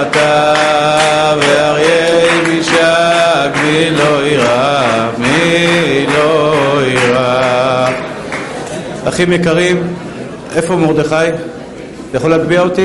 אתה ואריה משק מי לא ירא, מי לא ירא. אחים יקרים, איפה מרדכי? אתה יכול להגביה אותי?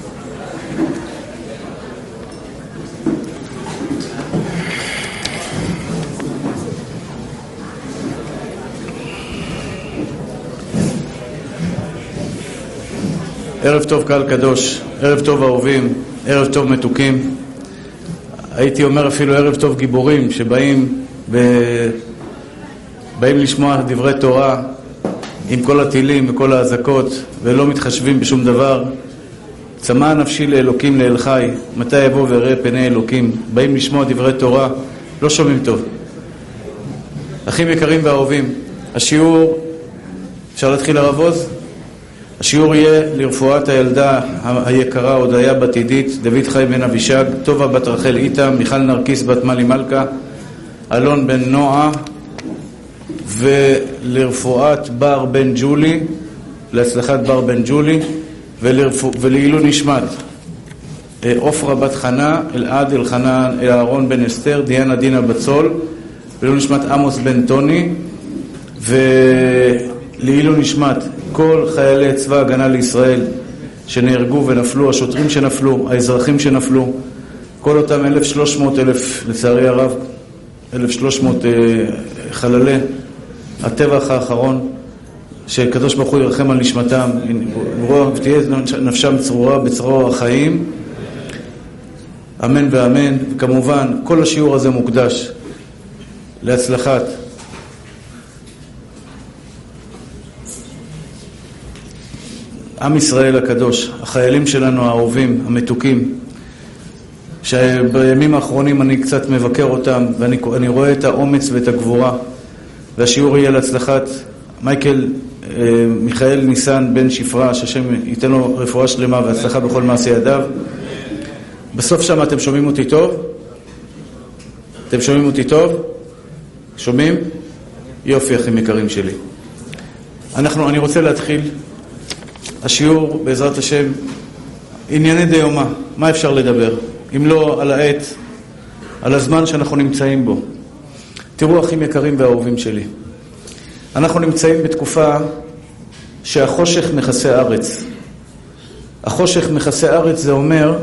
ערב טוב קהל קדוש, ערב טוב אהובים, ערב טוב מתוקים. הייתי אומר אפילו ערב טוב גיבורים שבאים לשמוע דברי תורה עם כל הטילים וכל האזעקות ולא מתחשבים בשום דבר. צמא נפשי לאלוקים לאל חי, מתי יבוא וראה פני אלוקים. באים לשמוע דברי תורה, לא שומעים טוב. אחים יקרים ואהובים, השיעור, אפשר להתחיל לרבוז? השיעור יהיה לרפואת הילדה היקרה הודיה בת עידית, דוד חי בן אבישג, טובה בת רחל איתה, מיכל נרקיס בת מלי מלכה, אלון בן נועה, ולרפואת בר בן ג'ולי, להצלחת בר בן ג'ולי, ולעילוי נשמת עופרה בת חנה, אלעד אלחנן אהרון בן אסתר, דיאנה דינה בצול, ולעילוי נשמת עמוס בן טוני, לעילוי נשמת כל חיילי צבא הגנה לישראל שנהרגו ונפלו, השוטרים שנפלו, האזרחים שנפלו, כל אותם 1,300 לצערי הרב, 1,300 חללי הטבח האחרון, שקדוש ברוך הוא ירחם על נשמתם ותהיה נפשם צרורה בצרור החיים, אמן ואמן. וכמובן כל השיעור הזה מוקדש להצלחת עם ישראל הקדוש, החיילים שלנו האהובים, המתוקים, שבימים האחרונים אני קצת מבקר אותם ואני רואה את האומץ ואת הגבורה. והשיעור יהיה להצלחת מיכאל ניסן בן שפרה, שהשם ייתן לו רפואה שלמה והצלחה בכל מעשי ידיו. בסוף שם אתם שומעים אותי טוב? אתם שומעים אותי טוב? שומעים? יופי אחים יקרים שלי. אני רוצה להתחיל השיעור בעזרת השם ענייני דיומה. מה אפשר לדבר אם לא על העת, על הזמן שאנחנו נמצאים בו? תראו אחים יקרים ואהובים שלי, אנחנו נמצאים בתקופה שהחושך מכסה ארץ. החושך מכסה ארץ זה אומר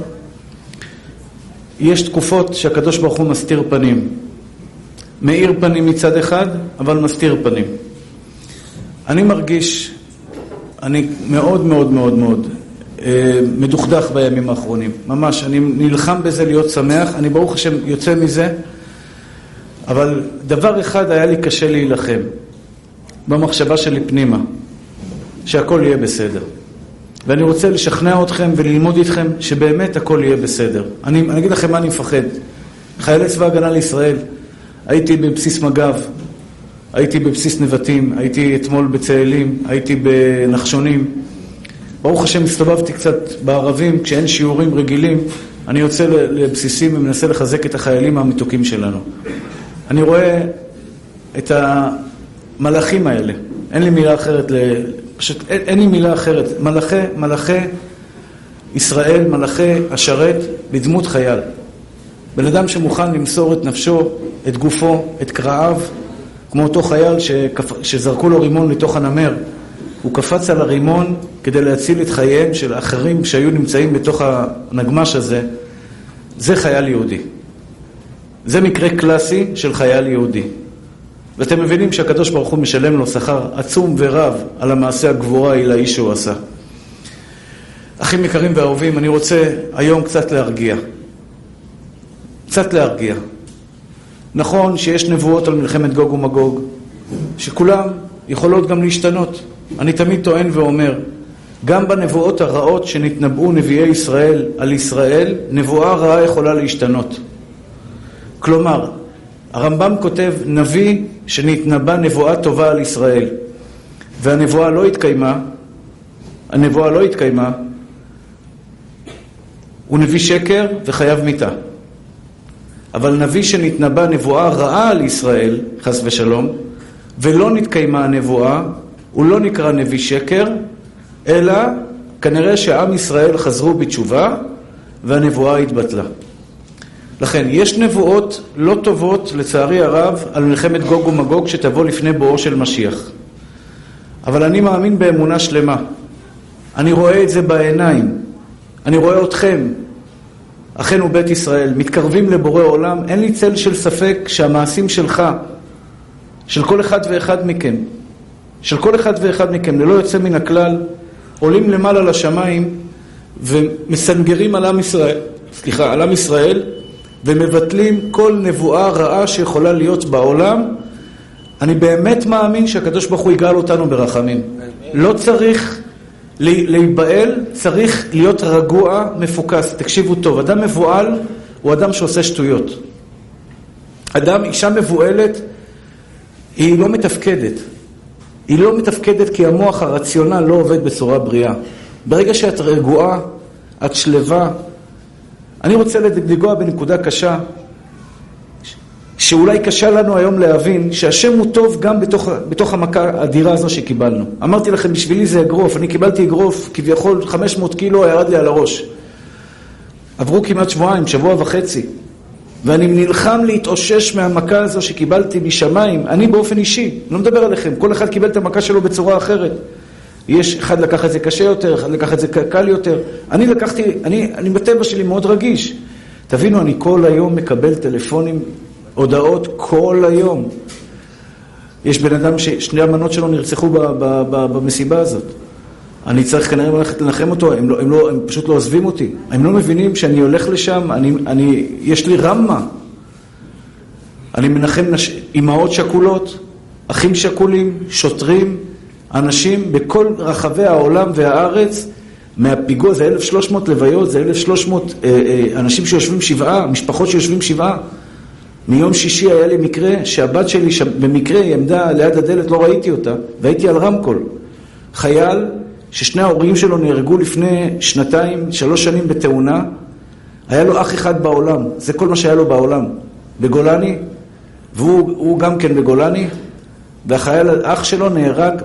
יש תקופות שהקדוש ברוך הוא מסתיר פנים, מאיר פנים מצד אחד אבל מסתיר פנים. אני מרגיש, אני מאוד מאוד מאוד מאוד מדוכדך בימים האחרונים, ממש אני נלחם בזה להיות שמח, אני ברוך השם יוצא מזה, אבל דבר אחד היה לי קשה להילחם במחשבה שלי פנימה, שהכל יהיה בסדר. ואני רוצה לשכנע אתכם וללמוד איתכם שבאמת הכל יהיה בסדר. אני אגיד לכם מה אני מפחד. חיילי צבא הגנה לישראל, הייתי בבסיס מג"ב, הייתי בבסיס נבטים, הייתי אתמול בצאלים, הייתי בנחשונים. ברוך השם הסתובבתי קצת בערבים, כשאין שיעורים רגילים, אני יוצא לבסיסים ומנסה לחזק את החיילים המתוקים שלנו. אני רואה את המלאכים האלה, אין לי מילה אחרת, פשוט אין לי מילה אחרת, מלאכי ישראל, מלאכי השרת בדמות חייל. בן אדם שמוכן למסור את נפשו, את גופו, את קרעיו, כמו אותו חייל שזרקו לו רימון לתוך הנמר, הוא קפץ על הרימון כדי להציל את חייהם של אחרים שהיו נמצאים בתוך הנגמש הזה. זה חייל יהודי. זה מקרה קלאסי של חייל יהודי. ואתם מבינים שהקדוש ברוך הוא משלם לו שכר עצום ורב על המעשה הגבורה העילאי שהוא עשה. אחים יקרים ואהובים, אני רוצה היום קצת להרגיע. קצת להרגיע. נכון שיש נבואות על מלחמת גוג ומגוג, שכולם יכולות גם להשתנות. אני תמיד טוען ואומר, גם בנבואות הרעות שנתנבאו נביאי ישראל על ישראל, נבואה רעה יכולה להשתנות. כלומר, הרמב"ם כותב נביא שנתנבא נבואה טובה על ישראל, והנבואה לא התקיימה, הוא נביא שקר וחייב מיתה. אבל נביא שנתנבא נבואה רעה על ישראל, חס ושלום, ולא נתקיימה הנבואה, הוא לא נקרא נביא שקר, אלא כנראה שעם ישראל חזרו בתשובה, והנבואה התבטלה. לכן, יש נבואות לא טובות, לצערי הרב, על מלחמת גוג ומגוג שתבוא לפני בואו של משיח. אבל אני מאמין באמונה שלמה. אני רואה את זה בעיניים. אני רואה אתכם, אחינו בית ישראל, מתקרבים לבורא עולם. אין לי צל של ספק שהמעשים שלך, של כל אחד ואחד מכם, ללא יוצא מן הכלל, עולים למעלה לשמיים ומסנגרים על עם ישראל, ומבטלים כל נבואה רעה שיכולה להיות בעולם. אני באמת מאמין שהקדוש ברוך הוא יגאל אותנו ברחמים. לא צריך להיבהל, צריך להיות רגוע, מפוקס. תקשיבו טוב, אדם מבועל הוא אדם שעושה שטויות. אישה מבועלת היא לא מתפקדת. היא לא מתפקדת כי המוח הרציונל לא עובד בצורה בריאה. ברגע שאת רגועה, את שלווה. אני רוצה לגוע בנקודה קשה, שאולי קשה לנו היום להבין שהשם הוא טוב גם בתוך המכה האדירה הזו שקיבלנו. אמרתי לכם, בשבילי זה אגרוף. אני קיבלתי אגרוף, כביכול 500 קילו ירד לי על הראש. עברו כמעט שבוע וחצי. ואני נלחם להתאושש מהמכה הזו שקיבלתי משמיים. אני באופן אישי, לא מדבר עליכם. כל אחד קיבל את המכה שלו בצורה אחרת. יש אחד לקח את זה קשה יותר, אחד לקח את זה קל יותר. אני בטבע שלי מאוד רגיש. תבינו, אני כל היום מקבל טלפונים, הודעות כל היום. יש בן אדם ששני המנות שלו נרצחו במסיבה הזאת. אני צריך כנראה ללכת לנחם אותו, הם פשוט לא עוזבים אותי. הם לא מבינים שאני הולך לשם, יש לי רמה. אני מנחם אמהות שכולות, אחים שכולים, שוטרים, אנשים בכל רחבי העולם והארץ. מהפיגוע זה 1,300 לוויות, זה 1,300 אנשים שיושבים שבעה, משפחות שיושבים שבעה. מיום שישי היה לי מקרה שהבת שלי במקרה היא עמדה ליד הדלת, לא ראיתי אותה, והייתי על רמקול. חייל ששני ההורים שלו נהרגו לפני 2-3 שנים בתאונה, היה לו אח אחד בעולם, זה כל מה שהיה לו בעולם, בגולני, והוא גם כן בגולני, והחייל האח שלו נהרג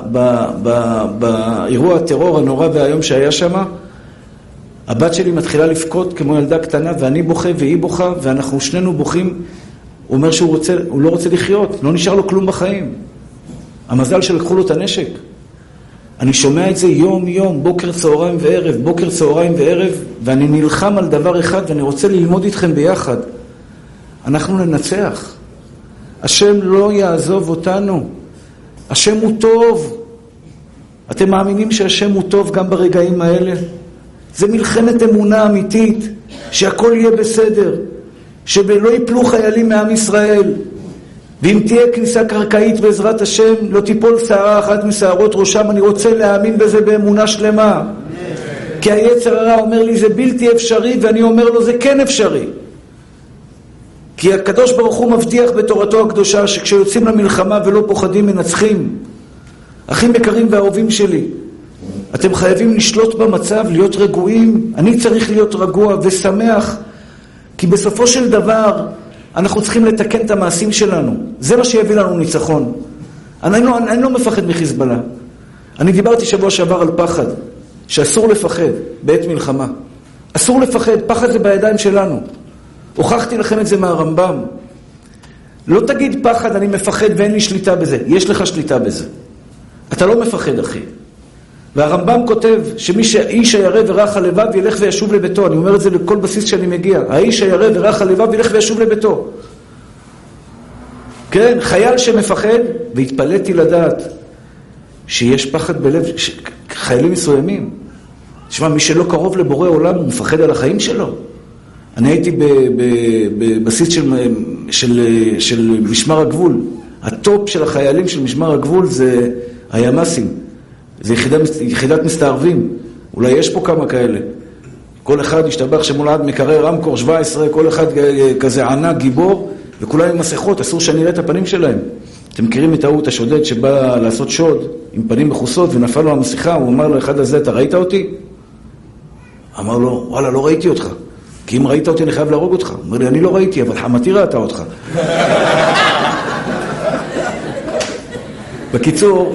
באירוע הטרור הנורא והיום שהיה שם. הבת שלי מתחילה לפקוד כמו ילדה קטנה, ואני בוכה והיא בוכה, ואנחנו שנינו בוכים. הוא אומר שהוא לא רוצה לחיות, לא נשאר לו כלום בחיים. המזל שלקחו לו את הנשק. אני שומע את זה יום יום, בוקר צהריים וערב, ואני נלחם על דבר אחד, ואני רוצה ללמוד איתכם ביחד. אנחנו ננצח. השם לא יעזוב אותנו. השם הוא טוב. אתם מאמינים שהשם הוא טוב גם ברגעים האלה? זה מלחמת אמונה אמיתית, שהכל יהיה בסדר, שלא ייפלו חיילים מעם ישראל, ואם תהיה כניסה קרקעית בעזרת השם, לא תיפול שערה אחת משערות ראשם. אני רוצה להאמין בזה באמונה שלמה. כי היצר הרע אומר לי זה בלתי אפשרי, ואני אומר לו זה כן אפשרי. כי הקדוש ברוך הוא מבטיח בתורתו הקדושה שכשיוצאים למלחמה ולא פוחדים מנצחים. אחים יקרים ואהובים שלי, אתם חייבים לשלוט במצב, להיות רגועים. אני צריך להיות רגוע ושמח, כי בסופו של דבר אנחנו צריכים לתקן את המעשים שלנו. זה מה שיביא לנו ניצחון. אני לא מפחד מחיזבאללה. אני דיברתי שבוע שעבר על פחד, שאסור לפחד בעת מלחמה. אסור לפחד, פחד זה בידיים שלנו. הוכחתי לכם את זה מהרמב"ם. לא תגיד פחד, אני מפחד ואין לי שליטה בזה. יש לך שליטה בזה. אתה לא מפחד, אחי. והרמב"ם כותב האיש הירא ורך הלבב ילך וישוב לביתו. אני אומר את זה לכל בסיס שאני מגיע. האיש הירא ורך הלבב ילך וישוב לביתו. כן, חייל שמפחד, והתפלאתי לדעת שיש פחד בלב חיילים מסוימים. תשמע, מי שלא קרוב לבורא עולם הוא מפחד על החיים שלו. אני הייתי בבסיס של משמר הגבול. הטופ של החיילים של משמר הגבול זה הימ"סים. זה יחידת מסתערבים. אולי יש פה כמה כאלה. כל אחד ישתבח שמולד מקרר רמקור 17, כל אחד כזה ענק, גיבור, וכולם עם מסכות, אסור שאני אראה את הפנים שלהם. אתם מכירים את ההוא, את השודד שבא לעשות שוד עם פנים מכוסות ונפל לו המסכה, הוא אמר לו אחד הזה, אתה ראית אותי? אמר לו, וואלה, לא ראיתי אותך. כי אם ראית אותי אני חייב להרוג אותך. הוא אומר לי, אני לא ראיתי, אבל חמתי ראתה אותך. בקיצור,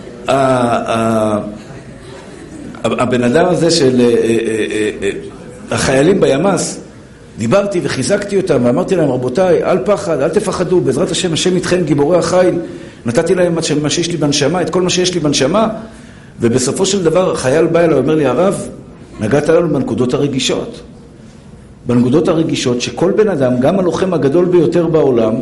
הבן אדם הזה של החיילים בימ"ס, דיברתי וחיזקתי אותם ואמרתי להם, רבותיי, אל פחד, אל תפחדו, בעזרת השם, השם איתכם, גיבורי החיל. נתתי להם מה שיש לי בנשמה, את כל מה שיש לי בנשמה, ובסופו של דבר החייל בא אליי, אומר לי, הרב, נגעת לנו בנקודות הרגישות. בנקודות הרגישות שכל בן אדם, גם הלוחם הגדול ביותר בעולם,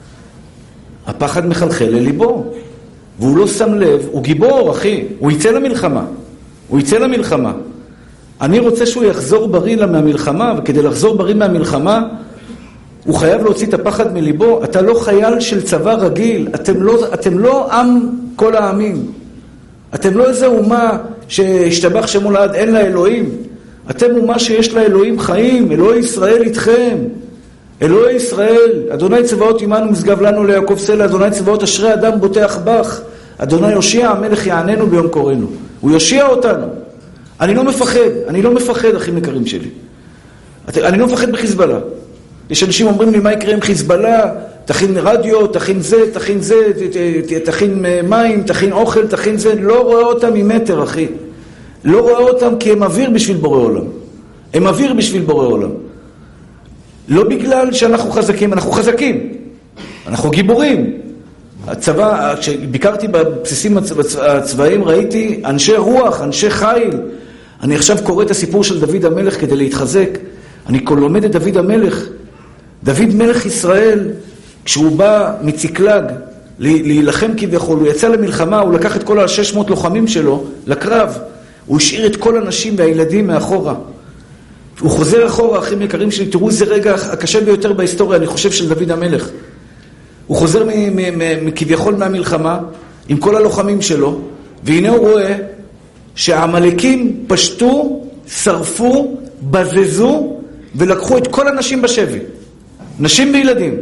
הפחד מחלחל לליבו. והוא לא שם לב, הוא גיבור, אחי, הוא יצא למלחמה. הוא יצא למלחמה. אני רוצה שהוא יחזור בריא מהמלחמה, וכדי לחזור בריא מהמלחמה, הוא חייב להוציא את הפחד מליבו. אתה לא חייל של צבא רגיל, אתם לא עם כל העמים. אתם לא איזה אומה שהשתבח שמו לעד, אין לה אלוהים. אתם אומה שיש לה אלוהים חיים, אלוהי ישראל איתכם. אלוהי ישראל, אדוני צבאות עמנו משגב לנו ליעקב סלע, אדוני צבאות אשרי אדם בוטח בך, אדוני יושיע המלך יעננו ביום קורנו. הוא יושיע אותנו. אני לא מפחד, אחים יקרים שלי. אני לא מפחד בחיזבאללה. יש אנשים אומרים לי, מה יקרה עם חיזבאללה? תכין רדיו, תכין זה, תכין מים, תכין אוכל, תכין זה. לא רואה אותם ממטר, אחי. לא רואה אותם כי הם אוויר בשביל בורא עולם. הם אוויר בשביל בורא עולם. לא בגלל שאנחנו חזקים, אנחנו חזקים. אנחנו גיבורים. הצבא, כשביקרתי בבסיסים הצבאיים, ראיתי אנשי רוח, אנשי חיל. אני עכשיו קורא את הסיפור של דוד המלך כדי להתחזק. אני לומד את דוד המלך. דוד מלך ישראל, כשהוא בא מציקלג להילחם כביכול, הוא יצא למלחמה, הוא לקח את כל ה-600 לוחמים שלו לקרב. הוא השאיר את כל הנשים והילדים מאחורה. הוא חוזר אחורה, אחים יקרים שלי, תראו איזה רגע הקשה ביותר בהיסטוריה, אני חושב, של דוד המלך. הוא חוזר כביכול מהמלחמה, עם כל הלוחמים שלו, והנה הוא רואה שהעמלקים פשטו, שרפו, בזזו, ולקחו את כל הנשים בשבי. נשים וילדים.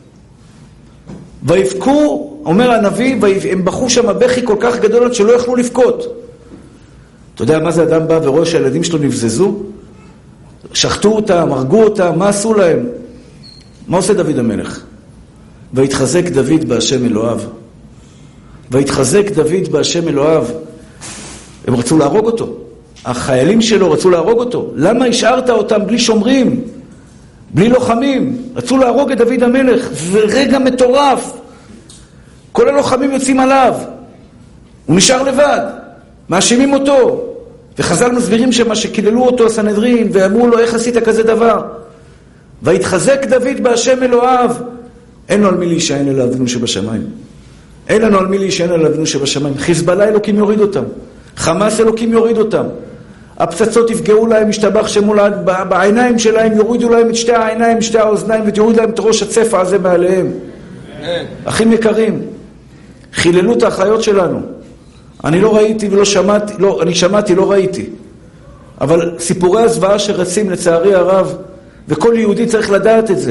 ויבכו, אומר הנביא, הם בכו שם בכי כל כך גדול שלא יכלו לבכות. אתה יודע מה זה אדם בא ורואה שהילדים שלו נבזזו? שחטו אותם, הרגו אותם, מה עשו להם? מה עושה דוד המלך? והתחזק דוד בהשם אלוהיו. והתחזק דוד בהשם אלוהיו. הם רצו להרוג אותו. החיילים שלו רצו להרוג אותו. למה השארת אותם בלי שומרים? בלי לוחמים? רצו להרוג את דוד המלך. זה רגע מטורף. כל הלוחמים יוצאים עליו. הוא נשאר לבד. מאשימים אותו. וחז"ל מסבירים שמה שקיללו אותו הסנהדרין ואמרו לו, איך עשית כזה דבר? והתחזק דוד בהשם אלוהיו. אין לו על מי להישען אל אבינו שבשמיים. אין לנו על מי להישען אל אבינו שבשמיים. חיזבאללה אלוקים יוריד אותם. חמאס אלוקים יוריד אותם. הפצצות יפגעו להם, ישתבח שמו לעד, בעיניים שלהם יורידו להם את שתי העיניים, שתי האוזניים, ותוריד להם את ראש הצפע הזה מעליהם. אחים יקרים, חיללו את האחיות שלנו. אני לא ראיתי ולא שמעתי, אני שמעתי, לא ראיתי. אבל סיפורי הזוועה שרצים לצערי הרב, וכל יהודי צריך לדעת את זה.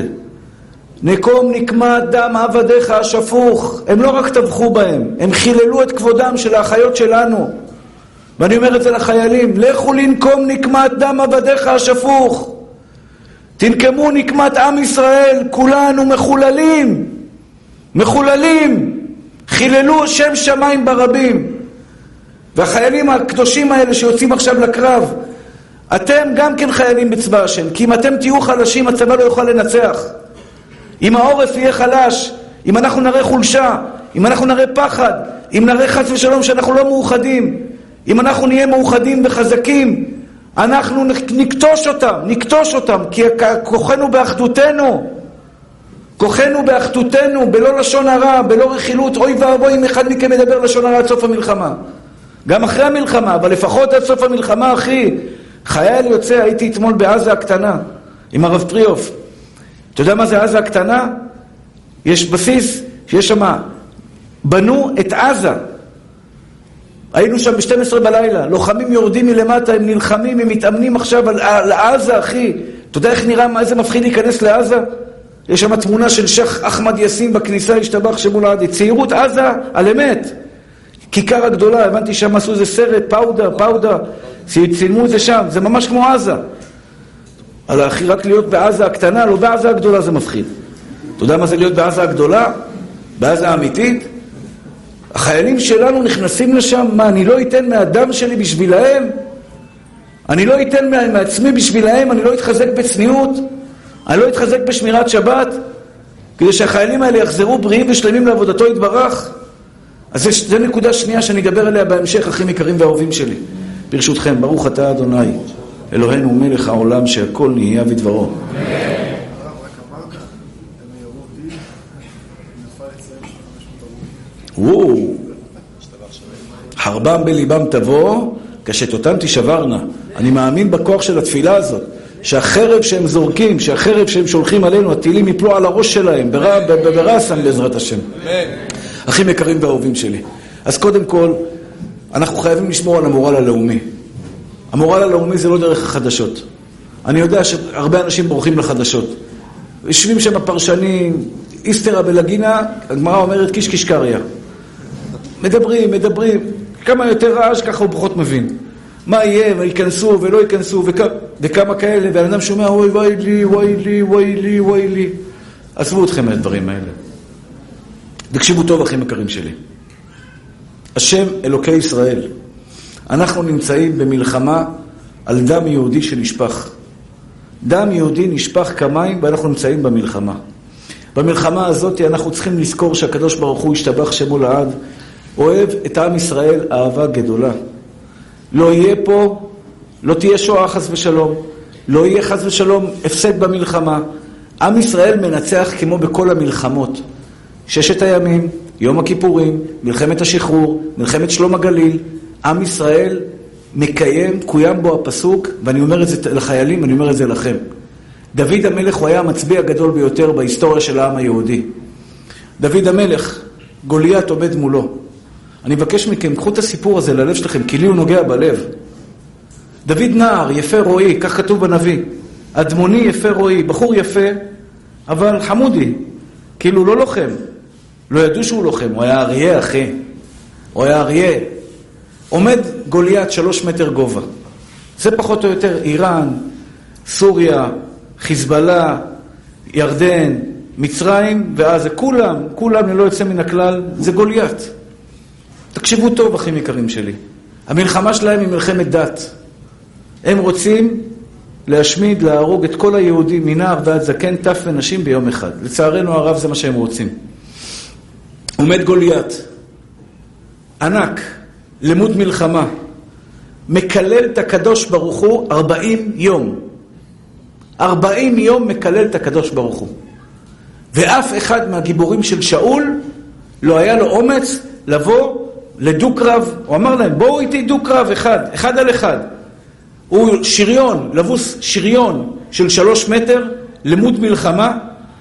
נקום נקמת דם עבדיך השפוך. הם לא רק טבחו בהם, הם חיללו את כבודם של האחיות שלנו. ואני אומר את זה לחיילים, לכו לנקום נקמת דם עבדיך השפוך. תנקמו נקמת עם ישראל, כולנו מחוללים. מחוללים. חיללו שם שמיים ברבים. והחיילים הקדושים האלה שיוצאים עכשיו לקרב, אתם גם כן חיילים בצבא השם, כי אם אתם תהיו חלשים, הצבא לא יוכל לנצח. אם העורף יהיה חלש, אם אנחנו נראה חולשה, אם אנחנו נראה פחד, אם נראה חס ושלום שאנחנו לא מאוחדים, אם אנחנו נהיה מאוחדים וחזקים, אנחנו נקטוש אותם, כי כוחנו באחדותנו, כוחנו באחדותנו, בלא לשון הרע, בלא רכילות. אוי ואבוי אם אחד מכם מדבר לשון הרע עד סוף המלחמה. גם אחרי המלחמה, אבל לפחות עד סוף המלחמה, אחי. חייל יוצא, הייתי אתמול בעזה הקטנה, עם הרב טריוף. אתה יודע מה זה עזה הקטנה? יש בסיס, שיש שם, בנו את עזה. היינו שם ב-12 בלילה, לוחמים יורדים מלמטה, הם נלחמים, הם מתאמנים עכשיו על עזה, אחי. אתה יודע איך נראה, איזה מפחיד להיכנס לעזה? יש שם תמונה של שייח אחמד יאסין בכניסה, השתבח שמו לעד. צעירות עזה, על אמת. כיכר הגדולה, הבנתי שם עשו איזה סרט, פאודה, צילמו את זה שם, זה ממש כמו עזה. על האחי רק להיות בעזה הקטנה, לא בעזה הגדולה, זה מפחיד. אתה יודע מה זה להיות בעזה הגדולה? בעזה האמיתית? החיילים שלנו נכנסים לשם, מה, אני לא אתן מהדם שלי בשבילהם? אני לא אתן מעצמי בשבילהם, אני לא אתחזק בצניעות, אני לא אתחזק בשמירת שבת, כדי שהחיילים האלה יחזרו בריאים ושלמים לעבודתו יתברך. אז זה נקודה שנייה שאני אדבר עליה בהמשך, אחים יקרים ואהובים שלי. ברשותכם, ברוך אתה אדוני, אלוהינו מלך העולם שהכל נהיה בדברו. חרבם בליבם תבוא, כשתותם תשברנה. אני מאמין בכוח של התפילה הזאת, שהחרב שהם זורקים, שהחרב שהם שולחים עלינו, הטילים יפלו על הראש שלהם, ברסם בעזרת השם. אחים יקרים ואהובים שלי. אז קודם כל, אנחנו חייבים לשמור על המורל הלאומי. המורל הלאומי זה לא דרך החדשות. אני יודע שהרבה אנשים בורחים לחדשות. יושבים שם הפרשנים, איסתרא בלגינה, הגמרא אומרת קיש קיש קריא. מדברים. כמה יותר רעש, ככה הוא פחות מבין. מה יהיה, וייכנסו ולא ייכנסו, וכמה כאלה, והאדם שומע, וואי לי. עזבו אתכם מהדברים האלה. תקשיבו טוב, אחים יקרים שלי. השם אלוקי ישראל, אנחנו נמצאים במלחמה על דם יהודי שנשפך. דם יהודי נשפך כמים, ואנחנו נמצאים במלחמה. במלחמה הזאת אנחנו צריכים לזכור שהקדוש ברוך הוא ישתבח שמו לעד, אוהב את עם ישראל אהבה גדולה. לא יהיה פה, לא תהיה שואה חס ושלום, לא יהיה חס ושלום הפסד במלחמה. עם ישראל מנצח כמו בכל המלחמות. 6 הימים, יום הכיפורים, מלחמת השחרור, מלחמת שלום הגליל. עם ישראל קוים בו הפסוק, ואני אומר את זה לחיילים, אני אומר את זה לכם. דוד המלך הוא היה המצביא הגדול ביותר בהיסטוריה של העם היהודי. דוד המלך, גוליית עומד מולו. אני מבקש מכם, קחו את הסיפור הזה ללב שלכם, כי לי הוא נוגע בלב. דוד נער, יפה רואי, כך כתוב בנביא. אדמוני יפה רואי, בחור יפה, אבל חמודי. כאילו לא לוחם. לא ידעו שהוא לוחם, הוא היה אריה, אחי. הוא היה אריה. עומד גוליית 3 מטר גובה. זה פחות או יותר איראן, סוריה, חיזבאללה, ירדן, מצרים, ואז כולם ללא יוצא מן הכלל, זה גוליית. תקשיבו טוב, אחים יקרים שלי. המלחמה שלהם היא מלחמת דת. הם רוצים להשמיד, להרוג את כל היהודים, מנער ועד זקן, טף ונשים ביום אחד. לצערנו הרב זה מה שהם רוצים. עומד גוליית, ענק, למוד מלחמה, מקלל את הקדוש ברוך הוא 40 יום. 40 יום מקלל את הקדוש ברוך הוא. ואף אחד מהגיבורים של שאול לא היה לו אומץ לבוא לדו קרב. הוא אמר להם, בואו איתי דו קרב אחד על אחד. הוא שריון, לבוס שריון של 3 מטר, למוד מלחמה.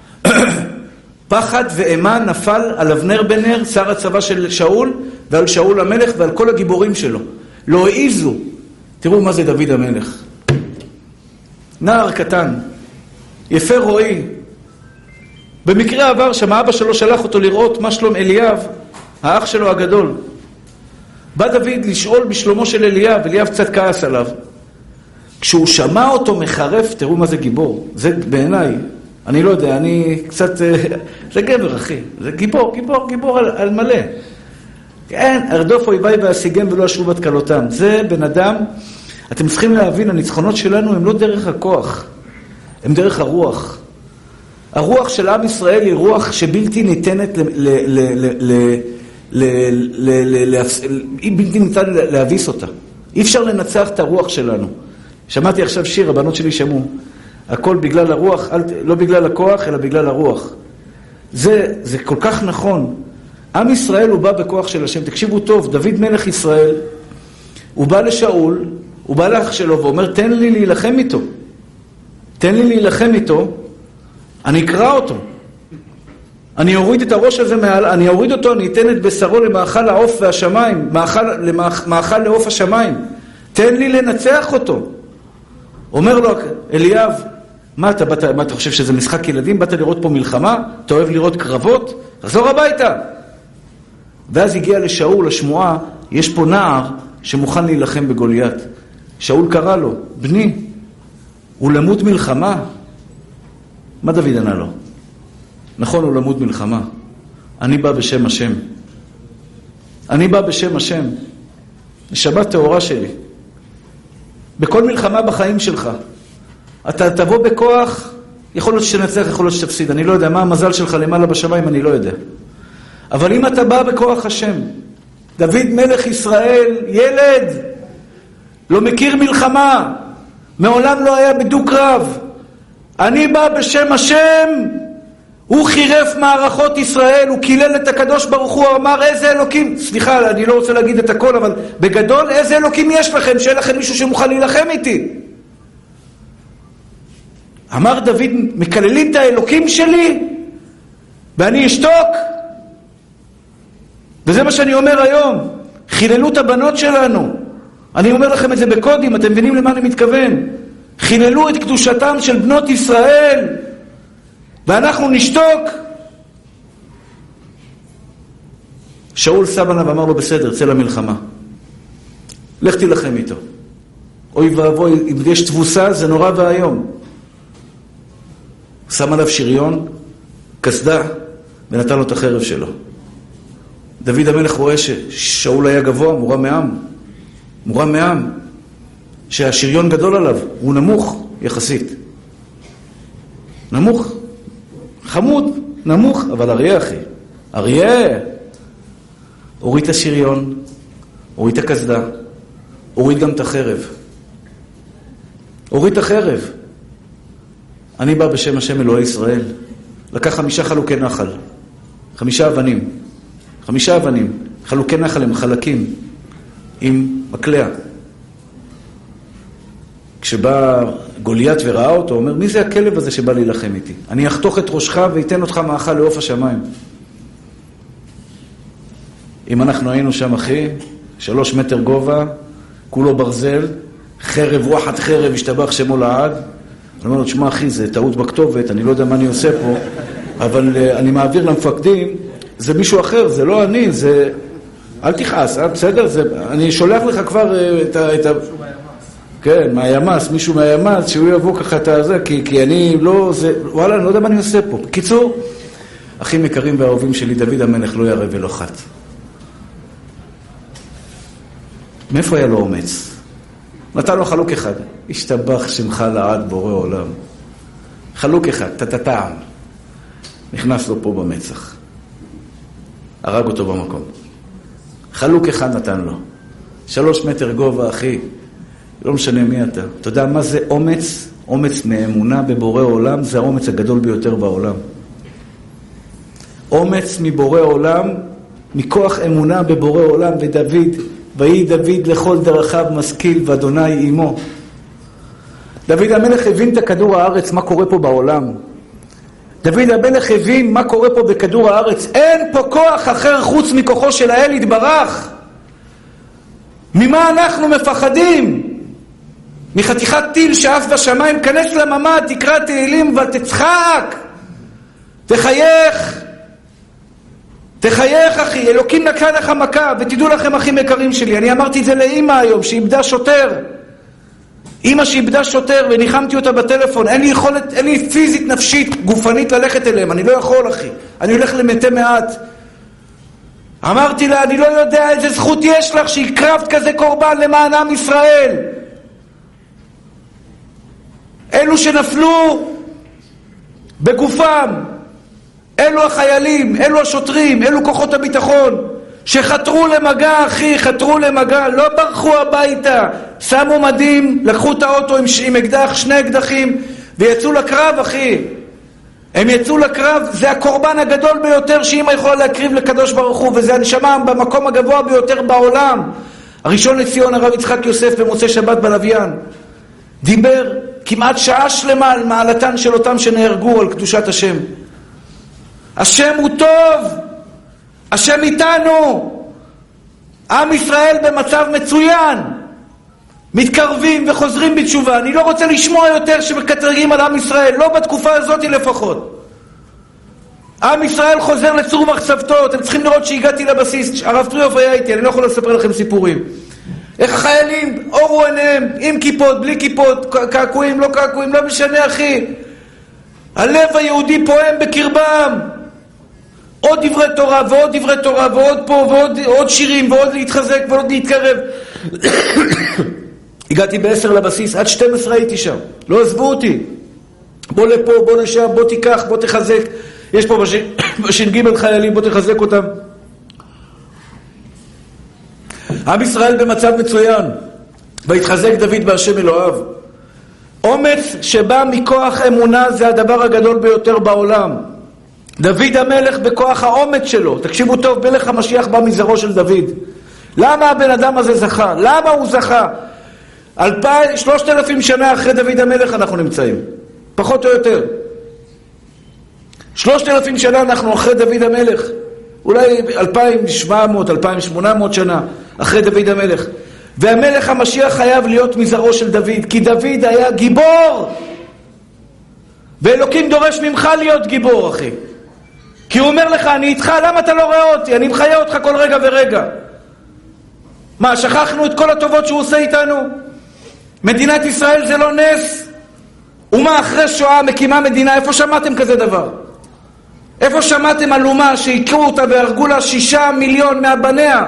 פחד ואימה נפל על אבנר בן נר, שר הצבא של שאול, ועל שאול המלך ועל כל הגיבורים שלו. לא העיזו. תראו מה זה דוד המלך. נער קטן, יפה רואי. במקרה עבר שם אבא שלו שלח אותו לראות מה שלום אליאב, האח שלו הגדול. בא דוד לשאול בשלומו של אליאב קצת כעס עליו. כשהוא שמע אותו מחרף, תראו מה זה גיבור. זה בעיניי, אני לא יודע, אני קצת, זה גבר אחי, זה גיבור על מלא. כן, ארדוף אויביי ואשיגם ולא אשוב עד כלותם. זה בן אדם, אתם צריכים להבין, הניצחונות שלנו הם לא דרך הכוח, הם דרך הרוח. הרוח של עם ישראל היא רוח שבלתי ניתנת היא בלתי ניתן להביס אותה. אי אפשר לנצח את הרוח שלנו. שמעתי עכשיו שיר, הבנות שלי שמעו. הכל בגלל הרוח, לא בגלל הכוח, אלא בגלל הרוח. זה כל כך נכון. עם ישראל הוא בא בכוח של השם. תקשיבו טוב, דוד מלך ישראל, הוא בא לשאול, הוא בא לאח שלו ואומר, תן לי להילחם איתו. תן לי להילחם איתו, אני אקרא אותו. אני אוריד את הראש הזה מעל, אני אוריד אותו, אני אתן את בשרו למאכל העוף והשמיים, מאכל לעוף השמיים. תן לי לנצח אותו. אומר לו אליאב, מה אתה חושב שזה משחק ילדים? באת לראות פה מלחמה? אתה אוהב לראות קרבות? תחזור הביתה. ואז הגיע לשאול השמועה, יש פה נער שמוכן להילחם בגוליית. שאול קרא לו, בני, הוא למוד מלחמה. מה דוד ענה לו? נכון, הוא למוד מלחמה. אני בא בשם השם. אני בא בשם השם. נשמה טהורה שלי. בכל מלחמה בחיים שלך. אתה תבוא בכוח, יכול להיות שתנצח, יכול להיות שתפסיד. אני לא יודע מה המזל שלך למעלה בשמיים, אני לא יודע. אבל אם אתה בא בכוח השם, דוד מלך ישראל, ילד, לא מכיר מלחמה, מעולם לא היה בדוק רב. אני בא בשם השם, הוא חירף מערכות ישראל, הוא קילל את הקדוש ברוך הוא, אמר איזה אלוקים, סליחה, אני לא רוצה להגיד את הכל, אבל בגדול איזה אלוקים יש לכם, שאין לכם מישהו שמוכן להילחם איתי. אמר דוד, מקללים את האלוקים שלי, ואני אשתוק. וזה מה שאני אומר היום, חיללו את הבנות שלנו. אני אומר לכם את זה בקודים, אתם מבינים למה אני מתכוון. חיללו את קדושתם של בנות ישראל, ואנחנו נשתוק. שאול סבנה ואמר לו, בסדר, צא למלחמה. לך תילחם איתו. אוי ואבוי, אם יש תבוסה, זה נורא והיום. שם עליו שריון, כסדה, ונתן לו את החרב שלו. דוד המלך רואה ששאול היה גבוה, מורם מעם, שהשריון גדול עליו, הוא נמוך יחסית. נמוך, חמוד, נמוך, אבל אריה אחי. אריה, הוריד את השריון, הוריד את הכסדה, הוריד גם את החרב. הוריד את החרב. אני בא בשם השם אלוהי ישראל. לקח 5 חלוקי נחל, 5 אבנים. 5 אבנים, חלוקי נחל הם חלקים עם מקלע. כשבא גוליית וראה אותו, אומר, מי זה הכלב הזה שבא להילחם איתי? אני אחתוך את ראשך ויתן אותך מאכל לעוף השמיים. אם אנחנו היינו שם אחי, 3 מטר גובה, כולו ברזל, חרב, ווחד חרב, השתבח שמו לעד. אני אומר לו, תשמע אחי, זה טעות בכתובת, אני לא יודע מה אני עושה פה, אבל אני מעביר למפקדים, זה מישהו אחר, זה לא אני, זה... אל תכעס, בסדר? אני שולח לך כבר את ה... כן, מהימס, מישהו מהימס, שהוא יבוא ככה את הזה, כי אני לא... וואלה, אני לא יודע מה אני עושה פה. בקיצור, אחים יקרים והאהובים שלי, דוד המלך לא ירא ולא חת. מאיפה היה לו אומץ? נתן לו חלוק אחד. השתבח שמך לעד בורא עולם. חלוק אחד, טטטם. נכנס לו פה במצח. הרג אותו במקום. חלוק אחד נתן לו. 3 מטר גובה, אחי. לא משנה מי אתה. אתה יודע מה זה אומץ? אומץ מאמונה בבורא עולם, זה האומץ הגדול ביותר בעולם. אומץ מבורא עולם, מכוח אמונה בבורא עולם, ודוד, ויהי דוד לכל דרכיו משכיל, ואדוני עמו. דוד המלך הבין את כדור הארץ, מה קורה פה בעולם. דוד המלך הבין מה קורה פה בכדור הארץ. אין פה כוח אחר חוץ מכוחו של האל יתברך. ממה אנחנו מפחדים? מחתיכת טיל שאף בשמיים, כנס לממד, תקרא תהילים ותצחק. תחייך אחי, אלוקים נקע לך מכה. ותדעו לכם אחים יקרים שלי, אני אמרתי את זה לאמא היום שאיבדה שוטר. אמא שאיבדה שוטר וניחמתי אותה בטלפון, אין לי יכולת, אין לי פיזית, נפשית, גופנית ללכת אליהם, אני לא יכול אחי, אני הולך למתי מעט. אמרתי לה, אני לא יודע איזה זכות יש לך שהקרבת כזה קורבן למען עם ישראל. אלו שנפלו בגופם, אלו החיילים, אלו השוטרים, אלו כוחות הביטחון, שחתרו למגע אחי, חתרו למגע, לא ברחו הביתה, שמו מדים, לקחו את האוטו עם אקדח, 2 אקדחים, ויצאו לקרב אחי. הם יצאו לקרב, זה הקורבן הגדול ביותר שאמא יכולה להקריב לקדוש ברוך הוא, וזה הנשמה במקום הגבוה ביותר בעולם. הראשון לציון הרב יצחק יוסף במוצאי שבת בלוויין, דיבר כמעט שעה שלמה על מעלתן של אותם שנהרגו על קדושת השם. השם הוא טוב, השם איתנו, עם ישראל במצב מצוין, מתקרבים וחוזרים בתשובה. אני לא רוצה לשמוע יותר שמקטרגים על עם ישראל, לא בתקופה הזאת לפחות. עם ישראל חוזר לצור מחצבתו. אתם צריכים לראות שהגעתי לבסיס, הרב טריוף היה איתי, אני לא יכול לספר לכם סיפורים. איך החיילים אורו עיניהם, עם כיפות, בלי כיפות, קעקועים, לא קעקועים, לא משנה אחי. הלב היהודי פועם בקרבם. עוד דברי תורה ועוד דברי תורה ועוד פה ועוד שירים ועוד להתחזק ועוד להתקרב. הגעתי ב10 לבסיס, עד 12 הייתי שם. לא עזבו אותי. בוא לפה, בוא לשם, בוא תיקח, בוא תחזק. יש פה בש"ג חיילים, בוא תחזק אותם. עם ישראל במצב מצוין. והתחזק דוד בהשם אלוהיו. אומץ שבא מכוח אמונה זה הדבר הגדול ביותר בעולם. דוד המלך בכוח האומץ שלו. תקשיבו טוב, מלך המשיח בא מזרעו של דוד. למה הבן אדם הזה זכה? למה הוא זכה? 3,000 שנה אחרי דוד המלך אנחנו נמצאים. פחות או יותר. 3,000 שנה אנחנו אחרי דוד המלך. אולי 2,700, 2,800 שנה אחרי דוד המלך. והמלך המשיח חייב להיות מזרעו של דוד, כי דוד היה גיבור. ואלוקים דורש ממך להיות גיבור, אחי. כי הוא אומר לך, אני איתך, למה אתה לא רואה אותי? אני מחיה אותך כל רגע ורגע. מה, שכחנו את כל הטובות שהוא עושה איתנו? מדינת ישראל זה לא נס? אומה אחרי שואה מקימה מדינה, איפה שמעתם כזה דבר? איפה שמעתם על אומה שהכרו אותה והרגו לה 6 מיליון מהבניה?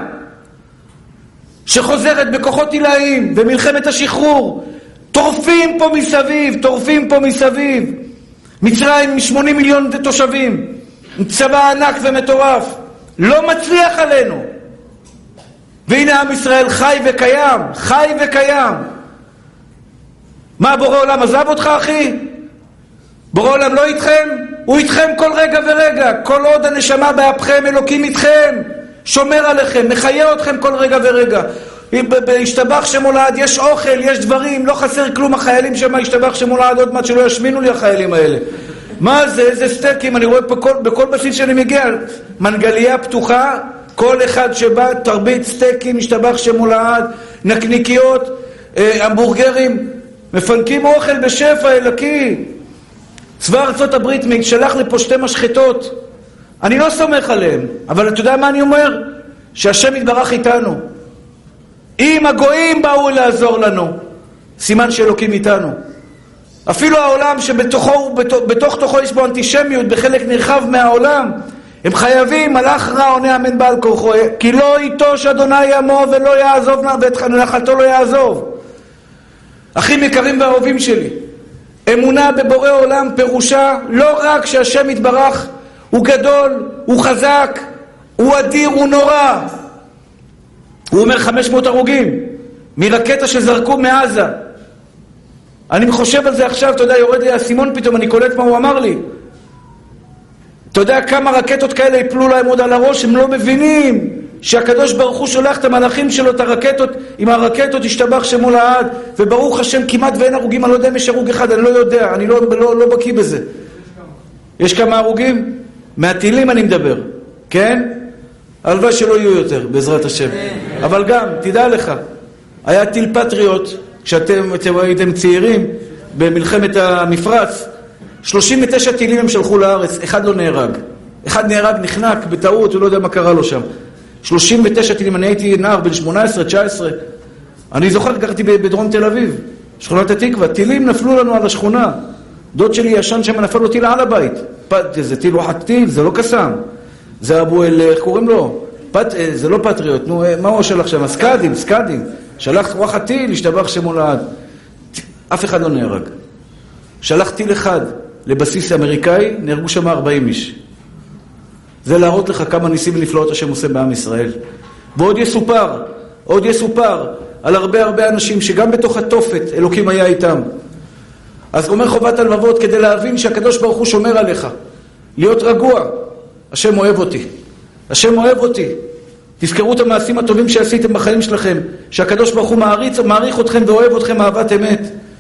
שחוזרת בכוחות עילאיים ומלחמת השחרור, טורפים פה מסביב, טורפים פה מסביב. מצרים 80 מיליון תושבים, צבא ענק ומטורף, לא מצליח עלינו. והנה עם ישראל חי וקיים, חי וקיים. מה, בורא עולם עזב אותך, אחי? בורא עולם לא איתכם? הוא איתכם כל רגע ורגע. כל עוד הנשמה באפכם, אלוקים איתכם, שומר עליכם, מחיה אתכם כל רגע ורגע. בהשתבח שמולד יש אוכל, יש דברים, לא חסר כלום. החיילים שמה השתבח שמולד, עוד מעט שלא ישמינו לי החיילים האלה. מה זה? איזה סטייקים? אני רואה פה בכל בסיס שאני מגיע, מנגליה פתוחה, כל אחד שבא, תרבית סטייקים, השתבח שמולד, נקניקיות, המבורגרים, מפנקים אוכל בשפע אלוקי. צבא ארצות הברית שלח לפה 2 משחטות. אני לא סומך עליהם, אבל אתה יודע מה אני אומר? שהשם יתברך איתנו. אם הגויים באו לעזור לנו, סימן שאלוקים איתנו. אפילו העולם שבתוך תוכו יש בו אנטישמיות בחלק נרחב מהעולם, הם חייבים, מלאך רע עונה אמן בעל כורחו, כי לא איתו שאדוני עמו ולא יעזוב, ואת נחלתו לא יעזוב. אחים יקרים ואהובים שלי, אמונה בבורא עולם פירושה לא רק שהשם יתברך הוא גדול, הוא חזק, הוא אדיר, הוא נורא. הוא אומר 500 הרוגים מרקטה שזרקו מעזה. אני חושב על זה עכשיו, אתה יודע, יורד לי הסימון פתאום, אני קולט מה הוא אמר לי. אתה יודע כמה רקטות כאלה יפלו להם עוד על הראש, הם לא מבינים שהקדוש ברוך הוא שולח את המלאכים שלו, את הרקטות, עם הרקטות השתבח שמו לעד, וברוך השם כמעט ואין הרוגים. אני לא יודע אם יש הרוג אחד, אני לא יודע, אני לא בקיא בזה. יש כמה הרוגים? מהטילים אני מדבר, כן? הלוואי שלא יהיו יותר, בעזרת השם. אבל גם, תדע לך, היה טיל פטריוט, כשאתם הייתם צעירים, במלחמת המפרץ, 39 טילים הם שלחו לארץ, אחד לא נהרג. אחד נהרג, נחנק בטעות, הוא לא יודע מה קרה לו שם. 39 טילים, אני הייתי נער בין 18, 19. אני זוכר, גרתי בדרום תל אביב, שכונת התקווה, טילים נפלו לנו על השכונה. דוד שלי ישן שם, נפל לו טיל על הבית. זה טיל וואחד טיל, זה לא קסם. זה אבו איך קוראים לו? זה לא פטריוט, נו, מה הוא שלח שם? סקאדים. שלח וואחד טיל, השתבח שמו לעד. אף אחד לא נהרג. שלח טיל אחד לבסיס אמריקאי, נהרגו שם 40 איש. זה להראות לך כמה ניסים ונפלאות השם עושה בעם ישראל. ועוד יסופר על הרבה אנשים שגם בתוך התופת אלוקים היה איתם. אז אומר חובת הלבבות כדי להבין שהקדוש ברוך הוא שומר עליך. להיות רגוע. השם אוהב אותי. תזכרו את המעשים הטובים שעשיתם בחיים שלכם, שהקדוש ברוך הוא מעריך אתכם ואוהב אתכם אהבת אמת.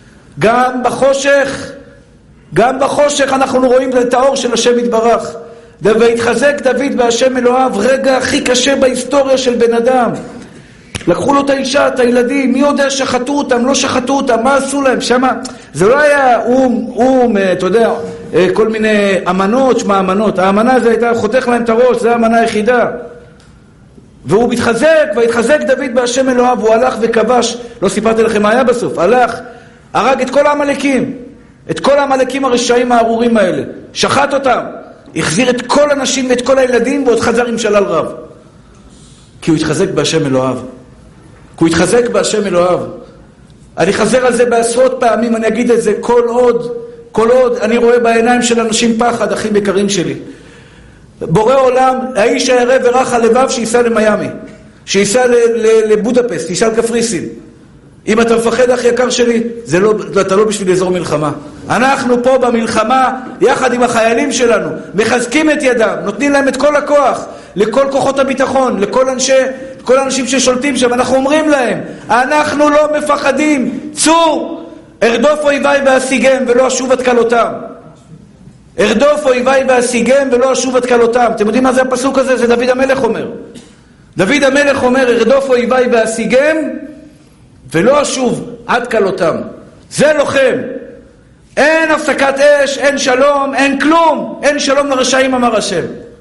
גם בחושך אנחנו רואים את האור של השם יתברך. והתחזק דוד בהשם אלוהיו, רגע הכי קשה בהיסטוריה של בן אדם. לקחו לו את האישה, את הילדים, מי יודע שחטו אותם, לא שחטו אותם, מה עשו להם? שמה, זה לא היה אתה יודע, כל מיני אמנות, שמה אמנות. האמנה זה הייתה חותך להם את הראש, זה האמנה היחידה. והוא והתחזק דוד בהשם אלוהיו, הוא הלך וכבש, לא סיפרתי לכם מה היה בסוף, הלך, הרג את כל העמלקים הרשעים הארורים האלה, שחט אותם, החזיר את כל הנשים ואת כל הילדים, ועוד חזר עם שלל רב. כי הוא התחזק בהשם אלוהיו. אני חזר על זה בעשרות פעמים, אני אגיד את זה כל עוד אני רואה בעיניים של אנשים פחד, אחים יקרים שלי. בורא עולם, האיש הירא ורך הלבב שייסע למיימי, שייסע לבודפסט, שייסע לקפריסין. אם אתה מפחד, אח יקר שלי, אתה לא בשביל אזור מלחמה. אנחנו פה במלחמה, יחד עם החיילים שלנו, מחזקים את ידם, נותנים להם את כל הכוח, לכל כוחות הביטחון, לכל האנשים ששולטים שם, אנחנו אומרים להם, אנחנו לא מפחדים, צור, ארדוף אויביי ואשיגם ולא אשוב עד כלותם. ארדוף אויביי ואשיגם ולא אשוב עד כלותם. אתם יודעים מה זה הפסוק הזה? זה דוד המלך אומר. דוד המלך אומר, ארדוף אויביי ואשיגם ולא אשוב עד כלותם. זה לוחם. אין הפסקת אש, אין שלום, אין כלום. אין שלום לרשעים, אמר השם.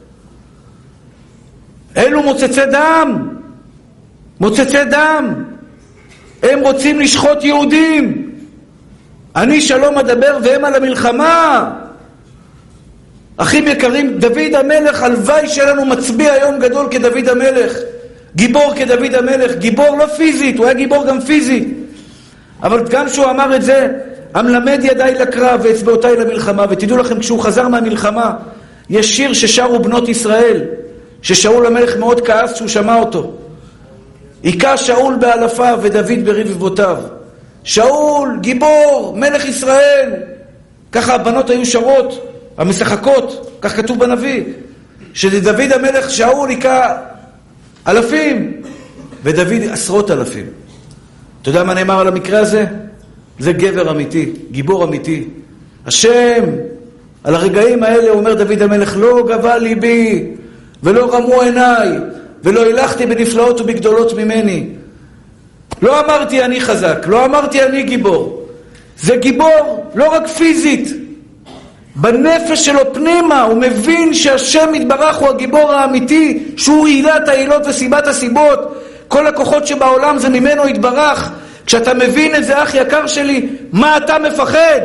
אלו מוצצי דם. מוצצי דם. הם רוצים לשחוט יהודים. אני שלום אדבר והם על המלחמה. אחים יקרים, דוד המלך, הלוואי שלנו מצביע יום גדול כדוד המלך. גיבור כדוד המלך, גיבור לא פיזית, הוא היה גיבור גם פיזית. אבל גם שהוא אמר את זה, המלמד ידיי לקרב ואצבעותיי למלחמה. ותדעו לכם, כשהוא חזר מהמלחמה, יש שיר ששרו בנות ישראל, ששאול המלך מאוד כעס שהוא שמע אותו. היכה שאול באלפיו ודוד ברבבותיו. שאול, גיבור, מלך ישראל. ככה הבנות היו שרות, המשחקות, כך כתוב בנביא, שדוד המלך שאול היכה אלפים, ודוד עשרות אלפים. אתה יודע מה נאמר על המקרה הזה? זה גבר אמיתי, גיבור אמיתי. השם, על הרגעים האלה אומר דוד המלך, לא גבה ליבי, ולא רמו עיניי, ולא הלכתי בנפלאות ובגדולות ממני. לא אמרתי אני חזק, לא אמרתי אני גיבור. זה גיבור לא רק פיזית, בנפש שלו פנימה, הוא מבין שהשם יתברך הוא הגיבור האמיתי, שהוא עילת העילות וסיבת הסיבות. כל הכוחות שבעולם זה ממנו יתברך. כשאתה מבין את זה, אח יקר שלי, מה אתה מפחד?